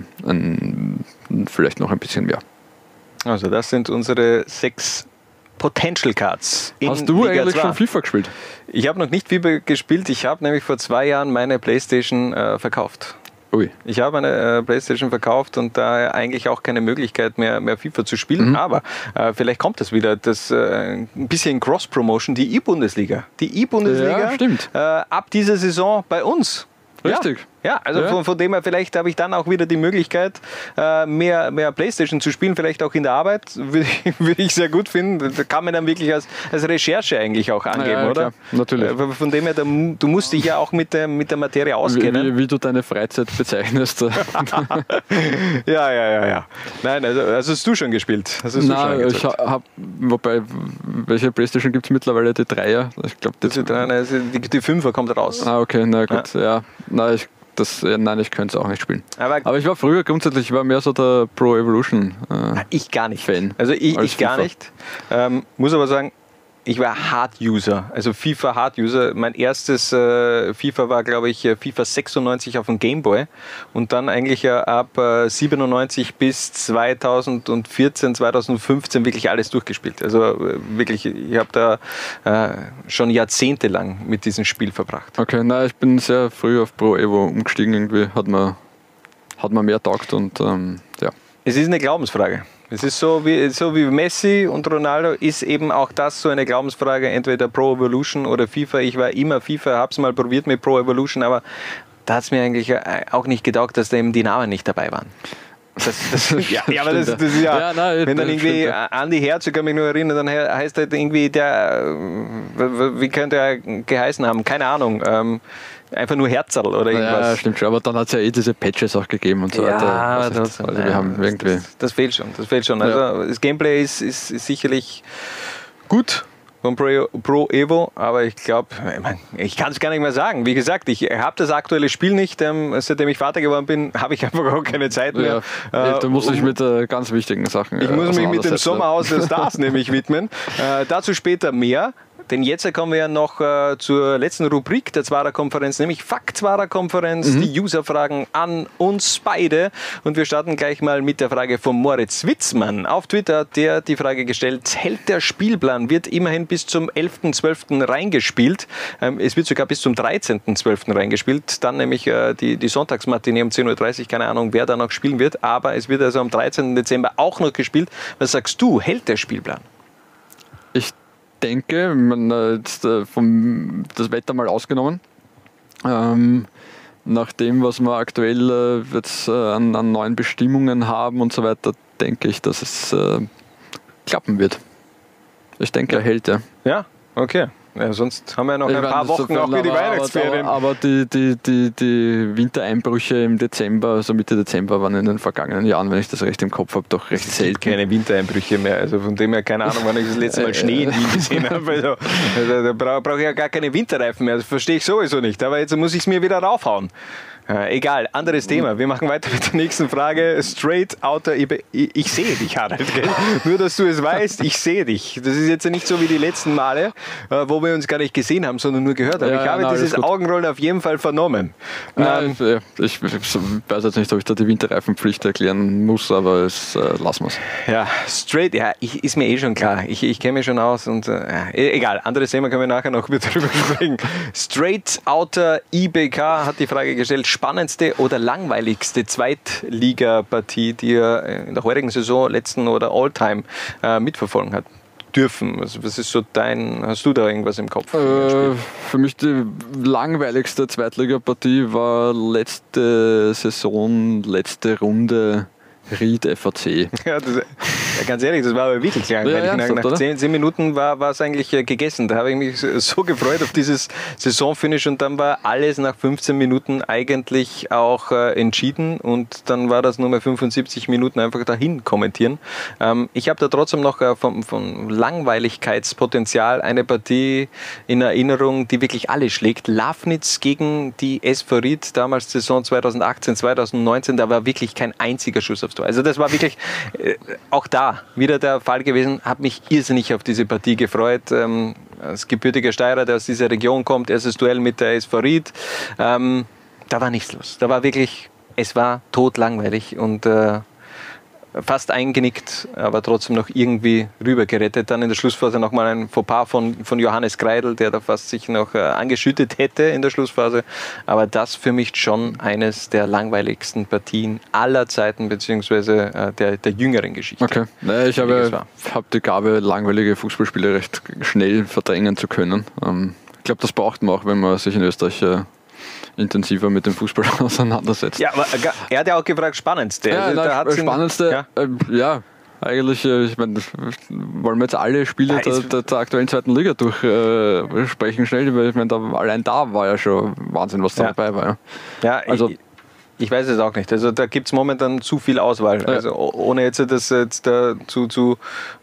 vielleicht noch ein bisschen mehr. Also das sind unsere 6 Potential Cards. Hast du Liga eigentlich 2 schon FIFA gespielt? Ich habe noch nicht FIFA gespielt, ich habe nämlich vor 2 Jahren meine Playstation verkauft. Ui. Ich habe eine Playstation verkauft und da eigentlich auch keine Möglichkeit mehr FIFA zu spielen. Aber vielleicht kommt das wieder, ein bisschen Cross-Promotion, die E-Bundesliga. Die E-Bundesliga ja, stimmt. Ab dieser Saison bei uns. Richtig. Ja, also von dem her, vielleicht habe ich dann auch wieder die Möglichkeit, mehr Playstation zu spielen, vielleicht auch in der Arbeit, würde ich sehr gut finden. Da kann man dann wirklich als Recherche eigentlich auch angeben, oder? Klar, natürlich. Von dem her, du musst dich ja auch mit der Materie auskennen. Wie du deine Freizeit bezeichnest. Ja. Nein, also hast du schon gespielt? Nein, ich habe, wobei, welche Playstation gibt es mittlerweile? Die 3er? Ich glaube, die 5er kommt raus. Ah, okay, na gut, ja. Nein, ich könnte es auch nicht spielen. Aber ich war früher grundsätzlich, mehr so der Pro Evolution ich gar nicht. Fan. Also ich gar nicht. Muss aber sagen, ich war Hard-User, also FIFA-Hard-User. Mein erstes FIFA war, glaube ich, FIFA 96 auf dem Gameboy und dann eigentlich ab 97 bis 2014, 2015 wirklich alles durchgespielt. Also wirklich, ich habe da schon jahrzehntelang mit diesem Spiel verbracht. Okay, ich bin sehr früh auf Pro Evo umgestiegen, irgendwie hat mir mehr taugt und ja. Es ist eine Glaubensfrage. Es ist so wie Messi und Ronaldo ist eben auch das so eine Glaubensfrage, entweder Pro Evolution oder FIFA. Ich war immer FIFA, habe es mal probiert mit Pro Evolution, aber da hat es mir eigentlich auch nicht getaugt, dass da eben die Namen nicht dabei waren. aber das ist ja, nein, wenn dann irgendwie Andi Herzog, kann mich nur erinnern, dann heißt halt irgendwie wie könnte er geheißen haben? Keine Ahnung. Einfach nur Herzerl oder irgendwas. Ja, stimmt schon, aber dann hat es ja diese Patches auch gegeben und so weiter. Ja, wir haben irgendwie das fehlt schon. Also das Gameplay ist sicherlich gut von Pro Evo, aber ich glaube, ich kann es gar nicht mehr sagen. Wie gesagt, ich habe das aktuelle Spiel nicht. Seitdem ich Vater geworden bin, habe ich einfach auch keine Zeit mehr. Da muss ich mit ganz wichtigen Sachen Ich muss mich mit dem Sommerhaus der Stars nämlich widmen. Dazu später mehr. Denn jetzt kommen wir ja noch zur letzten Rubrik der Zwarer-Konferenz, nämlich Fakt-Zwarer-Konferenz, die User-Fragen an uns beide. Und wir starten gleich mal mit der Frage von Moritz Witzmann auf Twitter, der die Frage gestellt, hält der Spielplan, wird immerhin bis zum 11.12. reingespielt. Es wird sogar bis zum 13.12. reingespielt. Dann nämlich die Sonntagsmatinee um 10.30 Uhr, keine Ahnung, wer da noch spielen wird. Aber es wird also am 13. Dezember auch noch gespielt. Was sagst du, hält der Spielplan? Ich denke, das Wetter mal ausgenommen, nach dem, was wir aktuell jetzt an neuen Bestimmungen haben und so weiter, denke ich, dass es klappen wird. Ich denke, er hält, ja. Ja, okay. Ja, sonst haben wir noch ein paar Wochen auch für die Weihnachtsferien. Aber die Wintereinbrüche im Dezember, also Mitte Dezember, waren in den vergangenen Jahren, wenn ich das recht im Kopf habe, doch recht selten. Keine Wintereinbrüche mehr. Also von dem her keine Ahnung, wann ich das letzte Mal Schnee in Wien gesehen habe. Also da brauche ich ja gar keine Winterreifen mehr. Das verstehe ich sowieso nicht. Aber jetzt muss ich es mir wieder raufhauen. Egal, anderes Thema. Wir machen weiter mit der nächsten Frage. Straight Outer ich sehe dich, Harald. Gell? Nur, dass du es weißt, ich sehe dich. Das ist jetzt nicht so wie die letzten Male, wo wir uns gar nicht gesehen haben, sondern nur gehört haben. Ich habe dieses Augenrollen auf jeden Fall vernommen. Ich weiß jetzt nicht, ob ich da die Winterreifenpflicht erklären muss, aber lassen wir es. Ja, straight, ist mir schon klar. Ich kenne mich schon aus und egal, anderes Thema können wir nachher noch wieder drüber sprechen. Straight Outer IBK hat die Frage gestellt, spannendste oder langweiligste Zweitligapartie, die ihr in der heurigen Saison, letzten oder Alltime mitverfolgen habt dürfen? Also was ist so hast du da irgendwas im Kopf? Für mich die langweiligste Zweitligapartie war letzte Saison, letzte Runde Ried FAC. Ja, ganz ehrlich, das war aber wirklich langweilig. Nach 10 Minuten war es eigentlich gegessen. Da habe ich mich so gefreut auf dieses Saisonfinish und dann war alles nach 15 Minuten eigentlich auch entschieden und dann war das nur mehr 75 Minuten einfach dahin kommentieren. Ich habe da trotzdem noch vom Langweiligkeitspotenzial eine Partie in Erinnerung, die wirklich alle schlägt. Lafnitz gegen die SV Ried, damals Saison 2018, 2019, da war wirklich kein einziger Schuss aufs Tor. Also das war wirklich auch da wieder der Fall gewesen. Habe mich irrsinnig auf diese Partie gefreut. Als gebürtiger Steirer, der aus dieser Region kommt, erstes Duell mit der SV Ried. Da war nichts los. Da war wirklich, es war totlangweilig und fast eingenickt, aber trotzdem noch irgendwie rübergerettet. Dann in der Schlussphase nochmal ein Fauxpas von Johannes Greidl, der da fast sich noch angeschüttet hätte in der Schlussphase. Aber das für mich schon eines der langweiligsten Partien aller Zeiten, beziehungsweise der jüngeren Geschichte. Okay. Naja, ich habe die Gabe, langweilige Fußballspiele recht schnell verdrängen zu können. Ich glaube, das braucht man auch, wenn man sich in Österreich intensiver mit dem Fußball auseinandersetzt. Ja, aber er hat ja auch gefragt, spannendste. Ja, also, spannendste, eigentlich, ich meine, wollen wir jetzt alle Spiele der aktuellen zweiten Liga durchsprechen schnell, weil ich meine, allein da war ja schon Wahnsinn, was da dabei war. Ja, also ich weiß es auch nicht. Also da gibt es momentan zu viel Auswahl. Ja. Also ohne jetzt das zu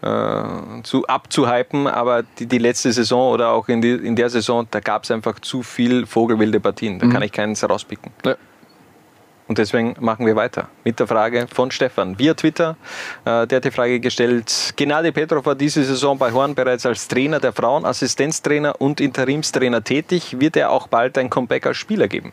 abzuhypen, aber die letzte Saison oder auch in der Saison, da gab es einfach zu viel vogelwilde Partien. Da kann ich keins rauspicken. Ja. Und deswegen machen wir weiter mit der Frage von Stefan via Twitter. Der hat die Frage gestellt, Gennady Petrov war diese Saison bei Horn bereits als Trainer der Frauen, Assistenztrainer und Interimstrainer tätig. Wird er auch bald ein Comeback als Spieler geben?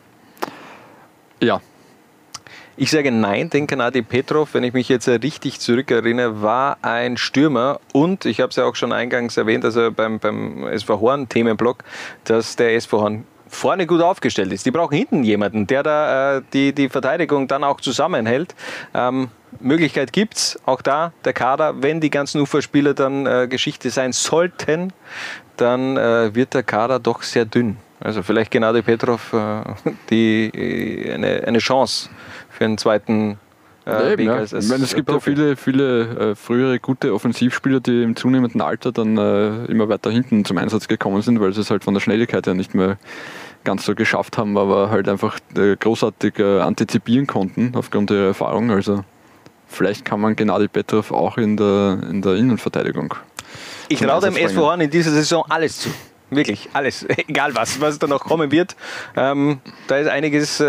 Ja. Ich sage nein, denn Gennady Petrov, wenn ich mich jetzt richtig zurückerinnere, war ein Stürmer und ich habe es ja auch schon eingangs erwähnt, also beim SV Horn Themenblock, dass der SV Horn vorne gut aufgestellt ist. Die brauchen hinten jemanden, der da die Verteidigung dann auch zusammenhält. Möglichkeit gibt's, auch da der Kader, wenn die ganzen Uferspieler dann Geschichte sein sollten, dann wird der Kader doch sehr dünn. Also vielleicht Gennady Petrov eine Chance für einen zweiten Als ich meine, es gibt ja viele frühere gute Offensivspieler, die im zunehmenden Alter dann immer weiter hinten zum Einsatz gekommen sind, weil sie es halt von der Schnelligkeit her nicht mehr ganz so geschafft haben, aber halt einfach großartig antizipieren konnten aufgrund ihrer Erfahrung. Also vielleicht kann man Gennady Petrov auch in der Innenverteidigung. Ich traue dem SV Horn in dieser Saison alles zu. Wirklich, alles. Egal was da noch kommen wird. Da ist einiges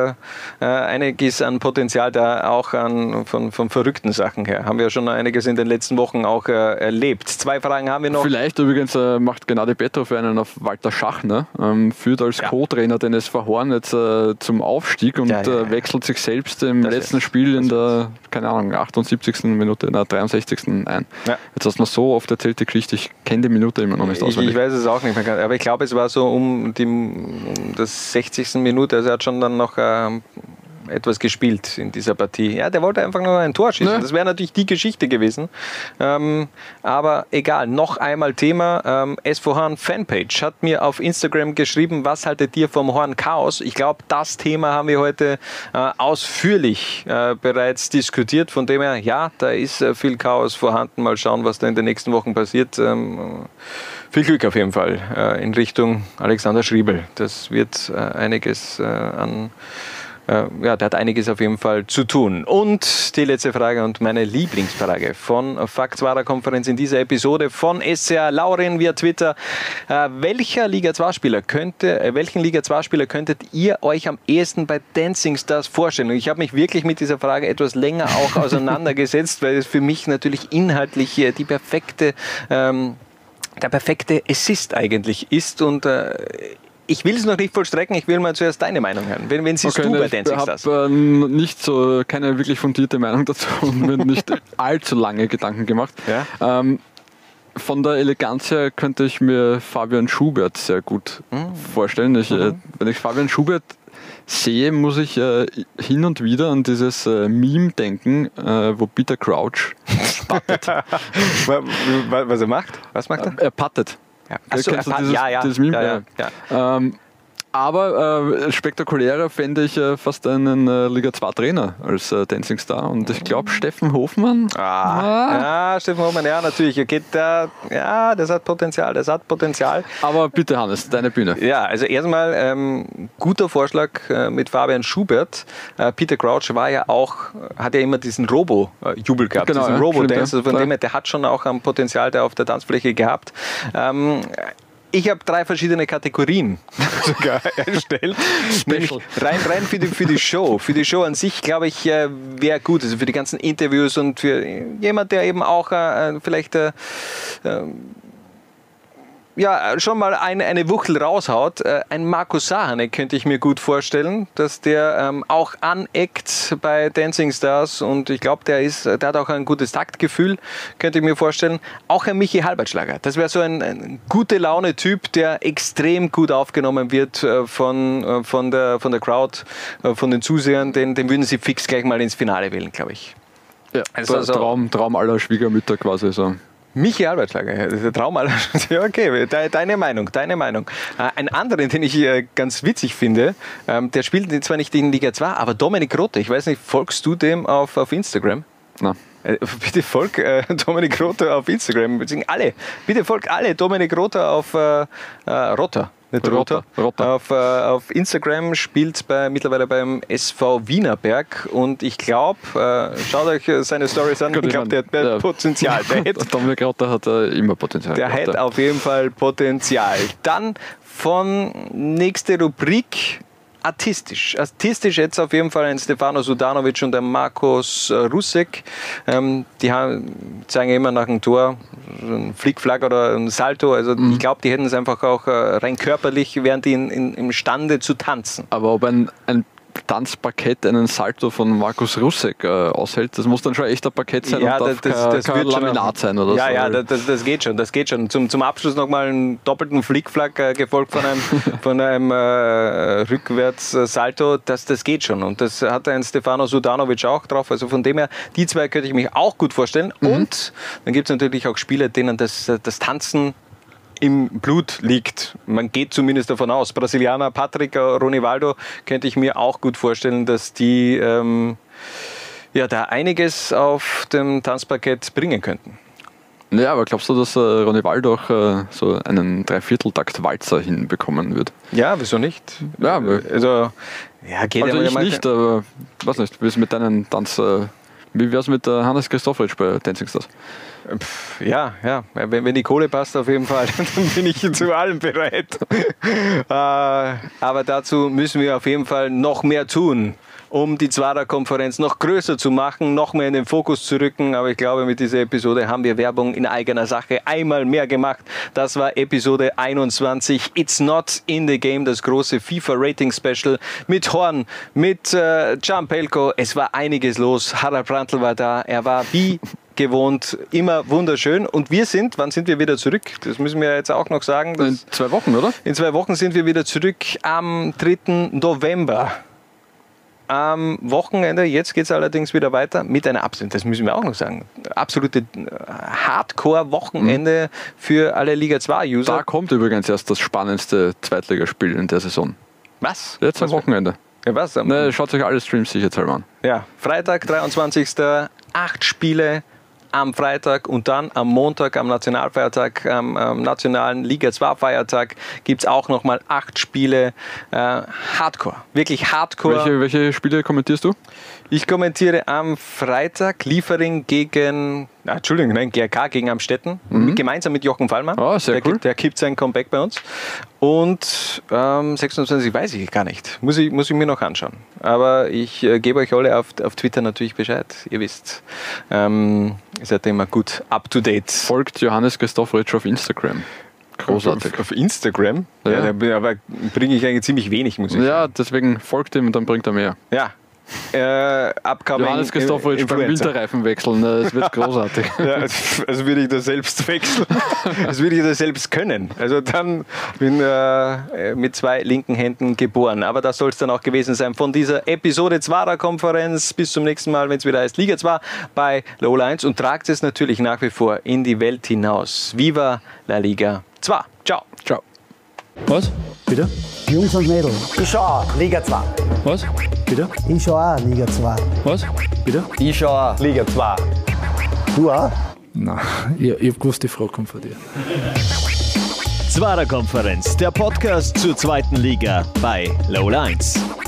an Potenzial da, auch von verrückten Sachen her. Haben wir schon einiges in den letzten Wochen auch erlebt. 2 Fragen haben wir noch. Vielleicht übrigens macht Gennady Petrov einen auf Walter Schachner, führt als Co-Trainer den SV Horn jetzt zum Aufstieg und wechselt sich selbst im letzten Spiel in der, keine Ahnung, 78. Minute, 63. ein. Ja. Jetzt hast du noch so oft erzählt, die Geschichte, ich kenne die Minute immer noch nicht auswendig. Ich weiß es auch nicht. Aber ich glaube, es war so um das 60. Minute, also er hat schon dann noch etwas gespielt in dieser Partie. Ja, der wollte einfach nur ein Tor schießen. Ja. Das wäre natürlich die Geschichte gewesen. Aber egal, noch einmal Thema. SV Horn Fanpage hat mir auf Instagram geschrieben, was haltet ihr vom Horn Chaos? Ich glaube, das Thema haben wir heute ausführlich bereits diskutiert. Von dem her, ja, da ist viel Chaos vorhanden. Mal schauen, was da in den nächsten Wochen passiert. Viel Glück auf jeden Fall in Richtung Alexander Schriebel. Das wird einiges der hat einiges auf jeden Fall zu tun. Und die letzte Frage und meine Lieblingsfrage von Faktswarer Konferenz in dieser Episode von SCA Laurin via Twitter. Welchen Liga 2-Spieler könntet ihr euch am ehesten bei Dancing Stars vorstellen? Und ich habe mich wirklich mit dieser Frage etwas länger auch auseinandergesetzt, weil es für mich natürlich inhaltlich der perfekte Assist eigentlich ist und ich will es noch nicht vollstrecken, ich will mal zuerst deine Meinung hören. Wen siehst du bei Dancing Stars? Ich habe keine wirklich fundierte Meinung dazu und mir nicht allzu lange Gedanken gemacht. Ja? Von der Eleganz her könnte ich mir Fabian Schubert sehr gut vorstellen. Wenn ich Fabian Schubert sehe, muss ich hin und wieder an dieses Meme denken, wo Peter Crouch puttet. Was er macht? Was macht er? Er puttet. Ja. Achso, dieses Meme? Ja. Aber spektakulärer fände ich fast einen Liga 2 Trainer als Dancing Star. Und ich glaube, Steffen Hofmann. Ja, Steffen Hofmann, ja, natürlich. Okay, das hat Potenzial. Aber bitte, Hannes, deine Bühne. Ja, also erstmal guter Vorschlag mit Fabian Schubert. Peter Crouch hat ja immer diesen Robo-Jubel gehabt, genau, diesen Robo-Dance. Also von dem her, der hat schon auch ein Potenzial der auf der Tanzfläche gehabt. Ich habe 3 verschiedene Kategorien sogar erstellt. Rein für die Show. Für die Show an sich, glaube ich, wäre gut. Also für die ganzen Interviews und für jemand, der eben auch vielleicht schon mal eine Wuchtel raushaut. Ein Markus Sahane könnte ich mir gut vorstellen, dass der auch aneckt bei Dancing Stars und ich glaube, der hat auch ein gutes Taktgefühl, könnte ich mir vorstellen. Auch ein Michi Halbertschlager. Das wäre so ein gute Laune-Typ, der extrem gut aufgenommen wird von der Crowd, von den Zusehern. Den würden sie fix gleich mal ins Finale wählen, glaube ich. Ja, also Traum aller Schwiegermütter quasi so. Michi Albertschlager, der Traum aller. Ja, okay, deine Meinung. Einen anderen, den ich ganz witzig finde, der spielt zwar nicht in Liga 2, aber Dominik Rothe. Ich weiß nicht, folgst du dem auf Instagram? Nein. Bitte folgt Dominik Rothe auf Instagram. Bitte folgt alle Dominik Rothe auf Rotter. Auf Instagram spielt mittlerweile beim SV Wienerberg und ich glaube, schaut euch seine Stories an, ich glaube, der hat Potenzial. Dominik Rotter hat immer Potenzial. Der hat auf jeden Fall Potenzial. Dann nächste Rubrik. Artistisch jetzt auf jeden Fall ein Stefano Sudanovic und ein Markus Rusek. Die zeigen immer nach einem Tor einen Flickflack oder ein Salto. Also ich glaube, die hätten es einfach auch rein körperlich, wären die imstande zu tanzen. Aber ob ein Tanzparkett einen Salto von Markus Rusek aushält, das muss dann schon echt ein Parkett sein und darf kein Laminat sein oder so. Ja, das geht schon. Zum Abschluss nochmal einen doppelten Flickflack gefolgt von einem Rückwärts-Salto, das geht schon. Und das hat ein Stefano Sudanovic auch drauf. Also von dem her, die 2 könnte ich mich auch gut vorstellen. Und dann gibt es natürlich auch Spieler, denen das Tanzen im Blut liegt. Man geht zumindest davon aus. Brasilianer Patrick Ronivaldo könnte ich mir auch gut vorstellen, dass die ja da einiges auf dem Tanzparkett bringen könnten. Ja, aber glaubst du, dass Ronny Waldorf so einen Dreivierteltakt-Walzer hinbekommen wird? Ja, wieso nicht? Ja, also, ja, geht also ja ich nicht, aber weiß nicht, wie ist mit deinen Tanz... Wie wär's mit Hannes Christopheritsch bei Dancing Stars? Ja, wenn die Kohle passt auf jeden Fall, dann bin ich zu allem bereit. Aber dazu müssen wir auf jeden Fall noch mehr tun, um die Zwarer-Konferenz noch größer zu machen, noch mehr in den Fokus zu rücken. Aber ich glaube, mit dieser Episode haben wir Werbung in eigener Sache einmal mehr gemacht. Das war Episode 21. It's Not in the Game, das große FIFA-Rating-Special mit Horn, mit Gianpelko. Es war einiges los. Harald Brandl war da. Er war wie gewohnt immer wunderschön. Und wann sind wir wieder zurück? Das müssen wir jetzt auch noch sagen. In 2 Wochen, oder? In 2 Wochen sind wir wieder zurück am 3. November. Am Wochenende, jetzt geht es allerdings wieder weiter mit einer das müssen wir auch noch sagen, absolute Hardcore-Wochenende für alle Liga 2-User. Da kommt übrigens erst das spannendste Zweitligaspiel in der Saison. Was? Jetzt am Wochenende. Ja, was? Schaut euch alle Streams sicherheitshalber an. Ja, Freitag, 23. 8 Spiele am Freitag und dann am Montag, am Nationalfeiertag, am nationalen Liga 2 Feiertag gibt es auch nochmal 8 Spiele. Hardcore, wirklich Hardcore. Welche Spiele kommentierst du? Ich kommentiere am Freitag Liefering gegen GRK gegen Amstetten, gemeinsam mit Jochen Fallmann. Oh, sehr cool. Der kippt sein Comeback bei uns. Und 26 weiß ich gar nicht. Muss ich mir noch anschauen. Aber ich gebe euch alle auf Twitter natürlich Bescheid. Ihr wisst, ihr seid immer gut up to date. Folgt Johannes Christopheritsch auf Instagram. Großartig. Auf Instagram? Ja. Aber bringe ich eigentlich ziemlich wenig, muss ich sagen. Ja, deswegen folgt ihm und dann bringt er mehr. Ja. Johannes Christopheritsch beim Winterreifen wechseln, das wird großartig. Ja, also würde ich das selbst wechseln. Das würde ich das selbst können. Also dann bin mit 2 linken Händen geboren. Aber das soll es dann auch gewesen sein von dieser Episode Zwarer-Konferenz. Bis zum nächsten Mal, wenn es wieder heißt Liga 2 bei Lola 1. Und tragt es natürlich nach wie vor in die Welt hinaus. Viva la Liga 2. Ciao. Ciao. Was? Bitte? Jungs und Mädels. Ich schau auch Liga 2. Was? Bitte? Ich schau auch Liga 2. Was? Bitte? Ich schau auch Liga 2. Du auch? Nein, ich hab gewusst, die Frage kommt von dir. Zwarer-Konferenz, der Podcast zur 2. Liga bei Lola 1.